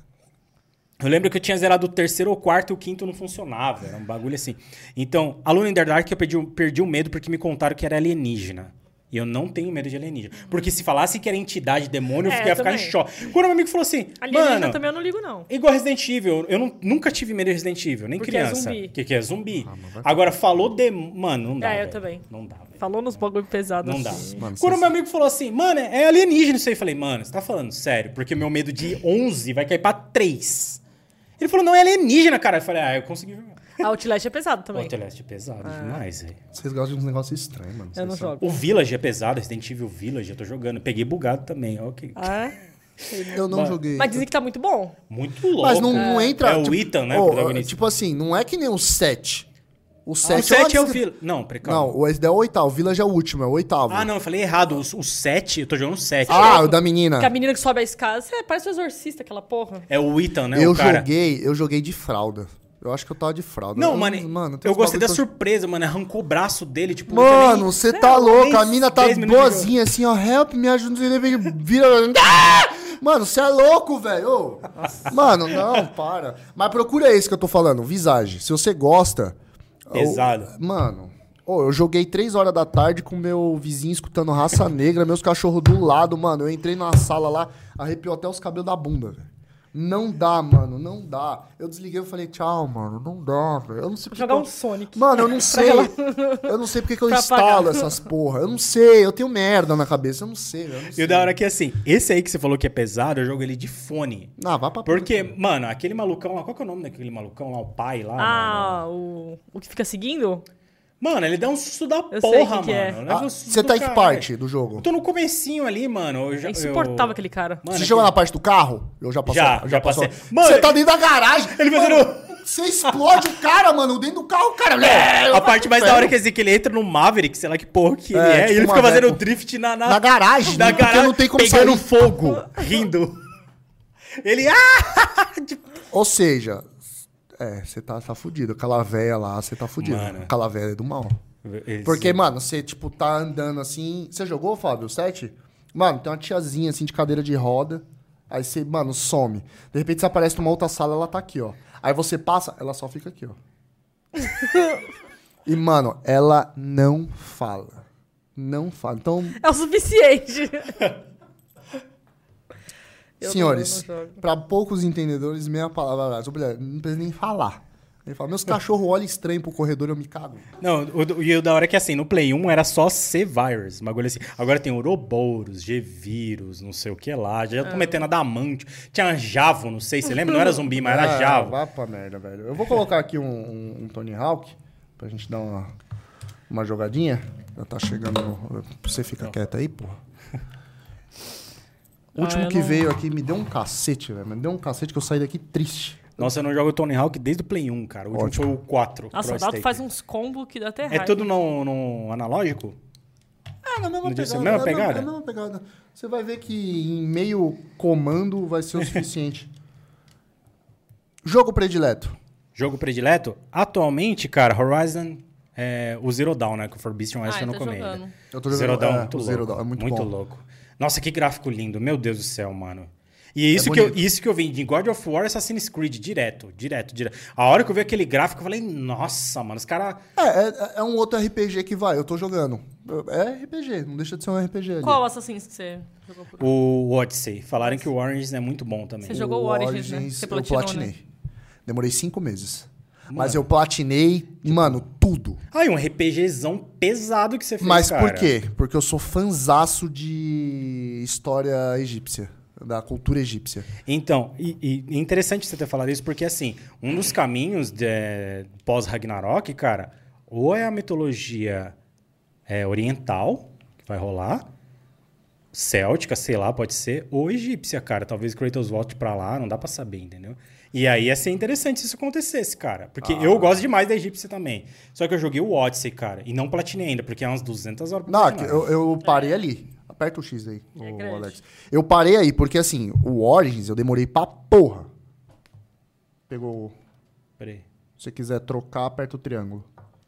Eu lembro que eu tinha zerado o terceiro ou quarto e o quinto não funcionava. Era um bagulho assim. Então, Alone in the Dark eu perdi, o- perdi o medo porque me contaram que era alienígena. E eu não tenho medo de alienígena. Porque se falasse que era entidade, demônio, eu É, ia ficar em também. choque. Quando meu amigo falou assim, alienígena mano, também eu não ligo, não. igual Resident Evil, eu não- nunca tive medo de Resident Evil, nem Porque é criança. zumbi. Que, que é zumbi. Agora, falou de... Mano, não dá, É, eu velho. também. Não dá, velho. Falou nos bagulho pesados Não dá. assim. Mano, Quando vocês- meu amigo falou assim, mano, é alienígena isso aí. Eu falei, mano, você tá falando sério? Porque meu medo de onze vai cair pra três. Ele falou, não, é alienígena, cara. Eu falei, ah, eu consegui jogar. A Outlast é pesado O também. Outlast é pesado demais, velho. Vocês gostam de uns negócios estranhos, mano. Eu não Vocês sabem. jogo. O Village é pesado, Resident Evil Village, eu tô jogando. Peguei bugado também, ó. que- Ah, é? Eu não Mano, joguei. Mas dizem que tá muito bom. Muito louco. Mas não, não entra... É o tipo, Ethan, né, o ô, protagonista. tipo assim, não é que nem o sete. O Ah, sete o sete é o uma desgra- Village. Não, peraí, Não, calma. o esse daí é o oitavo. O Village é o último, é o oitavo. Ah, não, eu falei errado. O, o sete, eu tô jogando o sete. Ah, o da menina. Que a menina que sobe a escada, você parece um exorcista, aquela porra. É o Ethan, né? eu o cara. joguei, eu joguei de fralda. Eu acho que eu tava de fralda. Não, eu, mano, mano tem eu uns gostei da bagulho que eu- surpresa, mano. Arrancou o braço dele, tipo... não tinha Mano, nem- você Não, tá louco. A nem mina tá dez minutos de boazinha assim, ó. Help, me ajuda. E ele vira... Ah! Mano, você é louco, velho. Ô. Mano, não, para. Mas procura esse que eu tô falando, Visage. Se você gosta... Pesado. ô, Mano... Ô, eu joguei três horas da tarde com meu vizinho escutando Raça Negra, meus cachorros do lado, mano. Eu entrei na sala lá, arrepiou até os cabelos da bunda, velho. Não dá, mano, não dá. Eu desliguei e falei, tchau, mano, não dá, velho. Eu não sei porque Jogar que eu- um Sonic. Mano, eu não sei. Eu não sei porque que eu Pra instalo apagar. essas porra. Eu não sei, eu tenho merda na cabeça, eu não sei, eu não E sei. o da hora é que, assim, esse aí que você falou que é pesado, eu jogo ele de fone. Ah, vai pra Porque, mano, aquele malucão lá... Qual que é o nome daquele malucão lá? O pai lá? mano? Ah, o, o que fica seguindo? Mano, ele dá um susto da Eu sei porra, que que mano. é. Leva Ah, um susto você do tá em que caralho. parte do Eu jogo? tô no comecinho ali, mano. Eu já, É insuportável eu... aquele cara. Mano, Você é chegou que- na parte do carro? Eu já passei. Já, eu já passou. passei. Mano, você tá dentro da garagem. ele mano, fazendo- Você explode o cara, mano, dentro do carro, cara. É, A parte mais da hora é que assim, que ele entra no Maverick, sei lá que porra que ele É, é, tipo e ele uma fica fazendo Veco. drift na, na, Na garagem, na né? Porque garagem, não tem como pegando sair. fogo, rindo. Ele, ah! Tipo, Ou seja, é, você tá, tá fudido. Aquela véia lá, você tá fudido. Mano. Aquela véia é do mal. esse- Porque, mano, você, tipo, tá andando assim... Você jogou, Fábio, o sete? Mano, tem uma tiazinha, assim, de cadeira de roda. Aí você, mano, some. De repente você aparece numa outra sala, ela tá aqui, ó. Aí você passa, ela só fica aqui, ó. E, mano, ela não fala. Não falo. Então, É o suficiente. Eu senhores, não- eu não jogo. pra poucos entendedores, meia palavra. Mulher, não precisa nem falar. Ele fala, meus cachorros olham estranho pro corredor, eu me cago. Não, o, e o da hora é que assim, no Play um era só C-Virus, um bagulho assim. Agora tem Ouroboros, G-Vírus, não sei o que lá. Já tô metendo Adamante. Tinha Javo, não sei, você lembra? Não era zumbi, mas era Ah, Javo. Vá pra merda, velho. Eu vou colocar aqui um, um, um Tony Hawk pra gente dar uma, uma jogadinha. Já tá chegando. No... Você fica quieto aí, porra. O último Ah, eu que não- veio aqui me deu um cacete, velho. Me deu um cacete que eu saí daqui triste. Nossa, eu não jogo Tony Hawk desde o Play um, cara. O último Ótimo. foi o quatro. Nossa, Pro o Dalton Stake. faz uns combos que dá até É raiva. tudo no, no analógico? É, na mesma Não disse pegada. a mesma é, pegada? É a mesma pegada. Você vai ver que em meio comando vai ser o suficiente. Jogo predileto. Jogo predileto? Atualmente, cara, Horizon, é, o Zero Dawn, né? Que o Forbidden West Ah, eu não ele tá comi jogando. ainda. Eu tô Zero jogando- Dawn, é, muito o louco. Zero Dawn é muito bom. louco. Nossa, que gráfico lindo. Meu Deus do céu, mano. E é isso, É que, eu, bonito. isso que eu vi de God of War e Assassin's Creed, direto, direto, direto. A hora que eu vi aquele gráfico, eu falei, nossa, mano, os caras... É, é, é um outro R P G que vai, eu tô jogando. É R P G, não deixa de ser um R P G ali. Qual Assassin's que você jogou por O Odyssey. Falaram que o Origins é muito bom também. Você jogou o Origins, né? Você eu platinou, platinei. né? Demorei cinco meses. Mas eu platinei, mano, tudo. Ah, e um RPGzão pesado que você fez, Mas cara. por quê? Porque eu sou fanzaço de história egípcia, da cultura egípcia. Então, e, e é interessante você ter falado isso, porque assim, um dos caminhos de, pós-Ragnarok, cara, ou é a mitologia é, oriental, que vai rolar, céltica, sei lá, pode ser, ou egípcia, cara. Talvez Kratos volte pra lá, não dá pra saber, entendeu? E aí ia ser interessante se isso acontecesse, cara. Porque eu gosto demais da egípcia também. Só que eu joguei o Odyssey, cara, e não platinei ainda, porque é umas duzentas horas pra Não, platinar. eu, eu parei ali. Aperta o X aí, É ô, grande. Alex. Eu parei aí, porque assim, o Origins eu demorei pra porra. Pegou. Peraí. Se você quiser trocar, aperta o triângulo.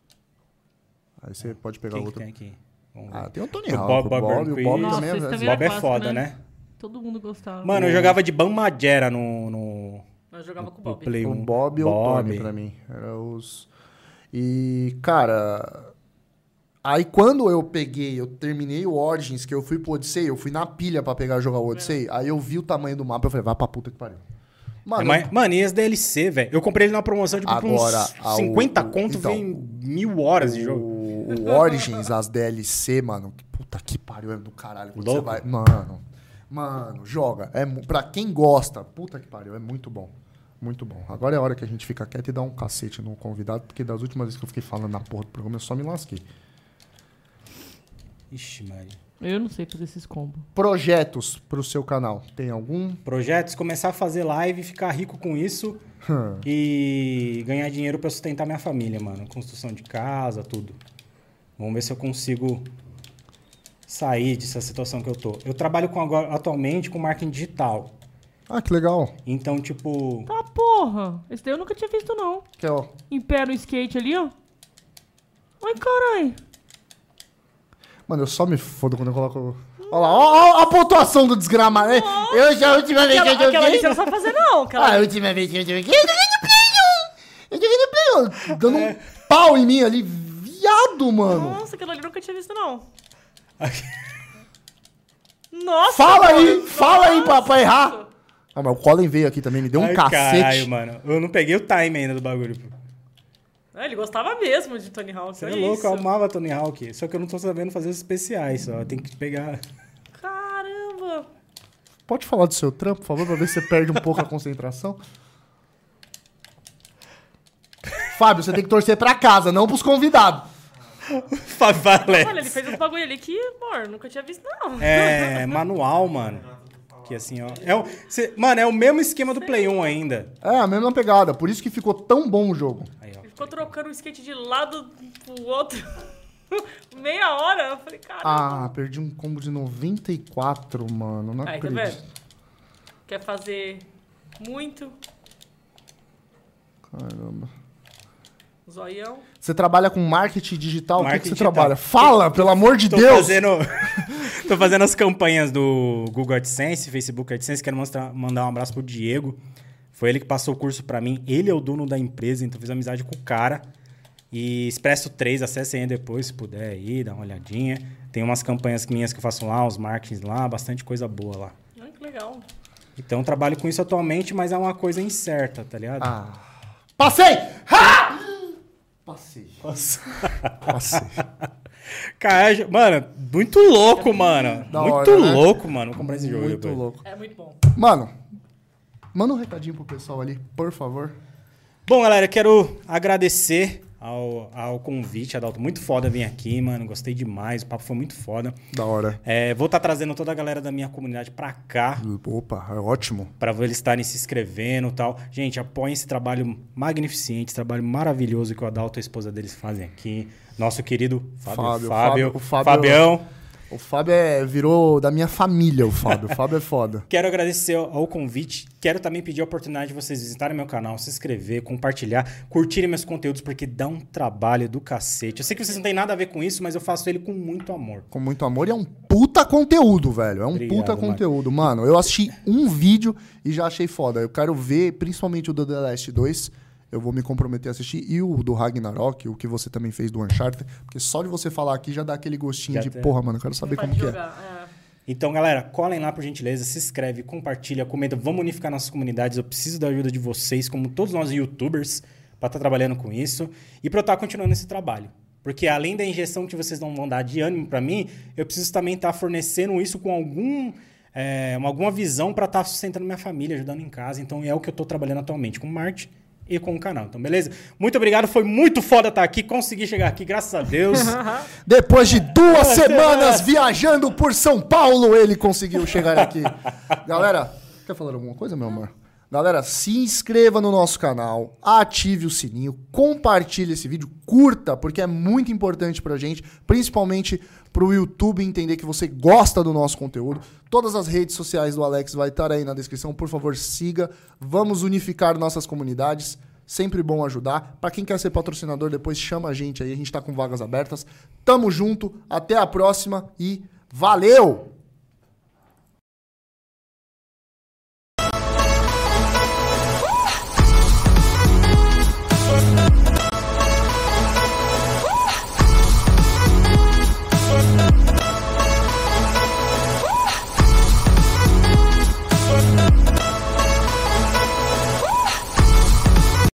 Aí você pode pegar Quem que outro. tem aqui? Vamos ver. Ah, tem o Tony O Hawk, Bob- o Bob Bob, o Burnquist. Bob Nossa, também é... esse também Bob é clássico, foda, né? Todo mundo gostava. Mano, eu jogava de Bamajera no... no... Eu jogava com o no Bob. Play O um. Bob e o Bob. Tony pra mim. Era os... E, cara... Aí quando eu peguei, eu terminei o Origins, que eu fui pro Odyssey, eu fui na pilha pra pegar e jogar o Odyssey, aí eu vi o tamanho do mapa, eu falei, vai pra puta que pariu. Mano, É, mas- mano, e as D L C, velho? Eu comprei ele na promoção de tipo, Agora, uns a- o- cinquenta o- conto, então, vem mil horas de jogo. o, o Origins, as D L C, mano, que puta que pariu, é do caralho. Quando você Louco. vai, mano, mano, joga. É, mu- pra quem gosta, puta que pariu, é muito bom. Muito bom. Agora é a hora que a gente fica quieto e dá um cacete no convidado, porque das últimas vezes que eu fiquei falando na porra do programa, eu só me lasquei. Ixi, Maria. Eu não sei fazer esses combos. Projetos pro seu canal, tem algum? Projetos, começar a fazer live, ficar rico com isso e ganhar dinheiro pra sustentar minha família, mano. Construção de casa, tudo. Vamos ver se eu consigo sair dessa situação que eu tô. Eu trabalho com agora, atualmente com marketing digital. Ah, que legal. Então, tipo... Tá, porra. Esse daí eu nunca tinha visto, não. Que é, ó, Em pé no skate ali, ó. Ai, caralho. mano, eu só me fodo quando eu coloco... Olha lá, ó, ó a pontuação do desgramado. né? Eu já, a última vez que eu Aquela, aquela ali joguei... você não sabe fazer, não. Aquela... Ah, a última vez que eu joguei, eu joguei no Play um. Eu joguei no Play um. Dando um pau em mim ali. Viado, mano. Nossa, aquela ali eu nunca tinha visto, não. Nossa, Fala aí, mano. fala aí pra, Nossa. pra errar. Ah, mas o Colin veio aqui também, me deu um Ai, cacete. caralho, mano. Eu não peguei o time ainda do bagulho. É, ele gostava mesmo de Tony Hawk. Você é olha louco, isso. eu amava Tony Hawk. Só que eu não tô sabendo fazer os especiais, só. Tem que pegar... Caramba. Pode falar do seu trampo, por favor, pra ver se você perde um pouco a concentração? Fábio, você tem que torcer pra casa, não pros convidados. Favela. Olha, ele fez uns bagulho ali que, amor, nunca tinha visto, não. É, manual, mano. Que assim, ó. É o, cê- mano, é o mesmo esquema do Play um ainda. É, a mesma pegada, por isso que ficou tão bom o jogo. Aí, ó. Ele ficou trocando o skate de lado pro outro. Meia hora. Eu falei, caramba. Ah, perdi um combo de noventa e quatro, mano, não Aí, tá acredito. vendo? Quer fazer muito, Caramba. zoião. Você trabalha com marketing digital? O que que, Marketing você digital. trabalha? Fala, pelo amor de Tô Deus! fazendo, tô fazendo as campanhas do Google AdSense, Facebook AdSense. Quero mostrar, mandar um abraço pro Diego. Foi ele que passou o curso pra mim. Ele é o dono da empresa, então fiz amizade com o cara. E Expresso três, acessem aí depois, se puder aí, dá uma olhadinha. Tem umas campanhas minhas que eu faço lá, uns marketings lá, bastante coisa boa lá. Ai, que legal. Então eu trabalho com isso atualmente, mas é uma coisa incerta, tá ligado? Ah. Passei! Ha! Passei. Passei. Cara, mano, muito louco, mano. Da muito hora, né? louco, mano. Vou comprar esse jogo Muito depois. louco. É muito bom. Mano, manda um recadinho pro pessoal ali, por favor. Bom, galera, quero agradecer ao, ao convite, Adalto. Muito foda vir aqui, mano. Gostei demais. O papo foi muito foda. Da hora. É, vou estar trazendo toda a galera da minha comunidade pra cá, Opa, é ótimo. pra eles estarem se inscrevendo e tal. Gente, apoiem esse trabalho magnificente, esse trabalho maravilhoso que o Adalto e a esposa deles fazem aqui. Nosso querido Fábio, Fábio, Fábio, Fábio, o Fábio- Fabião. O Fábio é, virou da minha família, o Fábio. O Fábio é foda. Quero agradecer ao ao convite. Quero também pedir a oportunidade de vocês visitarem meu canal, se inscrever, compartilhar, curtirem meus conteúdos, porque dá um trabalho do cacete. Eu sei que vocês não têm nada a ver com isso, mas eu faço ele com muito amor. Com muito amor e é um puta conteúdo, velho. É um Obrigado, puta mano. conteúdo. Mano, eu assisti um vídeo e já achei foda. Eu quero ver, principalmente o do The Last dois. Eu vou me comprometer a assistir. E o do Ragnarok, o que você também fez do Uncharted. Porque só de você falar aqui já dá aquele gostinho Já de, tem. porra, mano, eu quero saber Pode como que é. jogar. É. Então, galera, colhem lá, por gentileza, se inscreve, compartilha, comenta. Vamos unificar nossas comunidades. Eu preciso da ajuda de vocês, como todos nós youtubers, para estar trabalhando com isso e para eu estar continuando esse trabalho. Porque além da injeção que vocês não vão dar de ânimo para mim, eu preciso também estar fornecendo isso com algum, é, alguma visão para estar sustentando minha família, ajudando em casa. Então, é o que eu estou trabalhando atualmente com marketing e com o canal. Então, beleza? Muito obrigado. Foi muito foda estar aqui. Consegui chegar aqui, graças a Deus. Depois de duas semanas viajando por São Paulo, ele conseguiu chegar aqui. Galera, quer falar alguma coisa, meu amor? Galera, se inscreva no nosso canal, ative o sininho, compartilhe esse vídeo, curta, porque é muito importante pra gente, principalmente pro YouTube entender que você gosta do nosso conteúdo. Todas as redes sociais do Alex vai estar aí na descrição, por favor, siga. Vamos unificar nossas comunidades. Sempre bom ajudar. Pra quem quer ser patrocinador, depois chama a gente aí, a gente tá com vagas abertas. Tamo junto, até a próxima e valeu!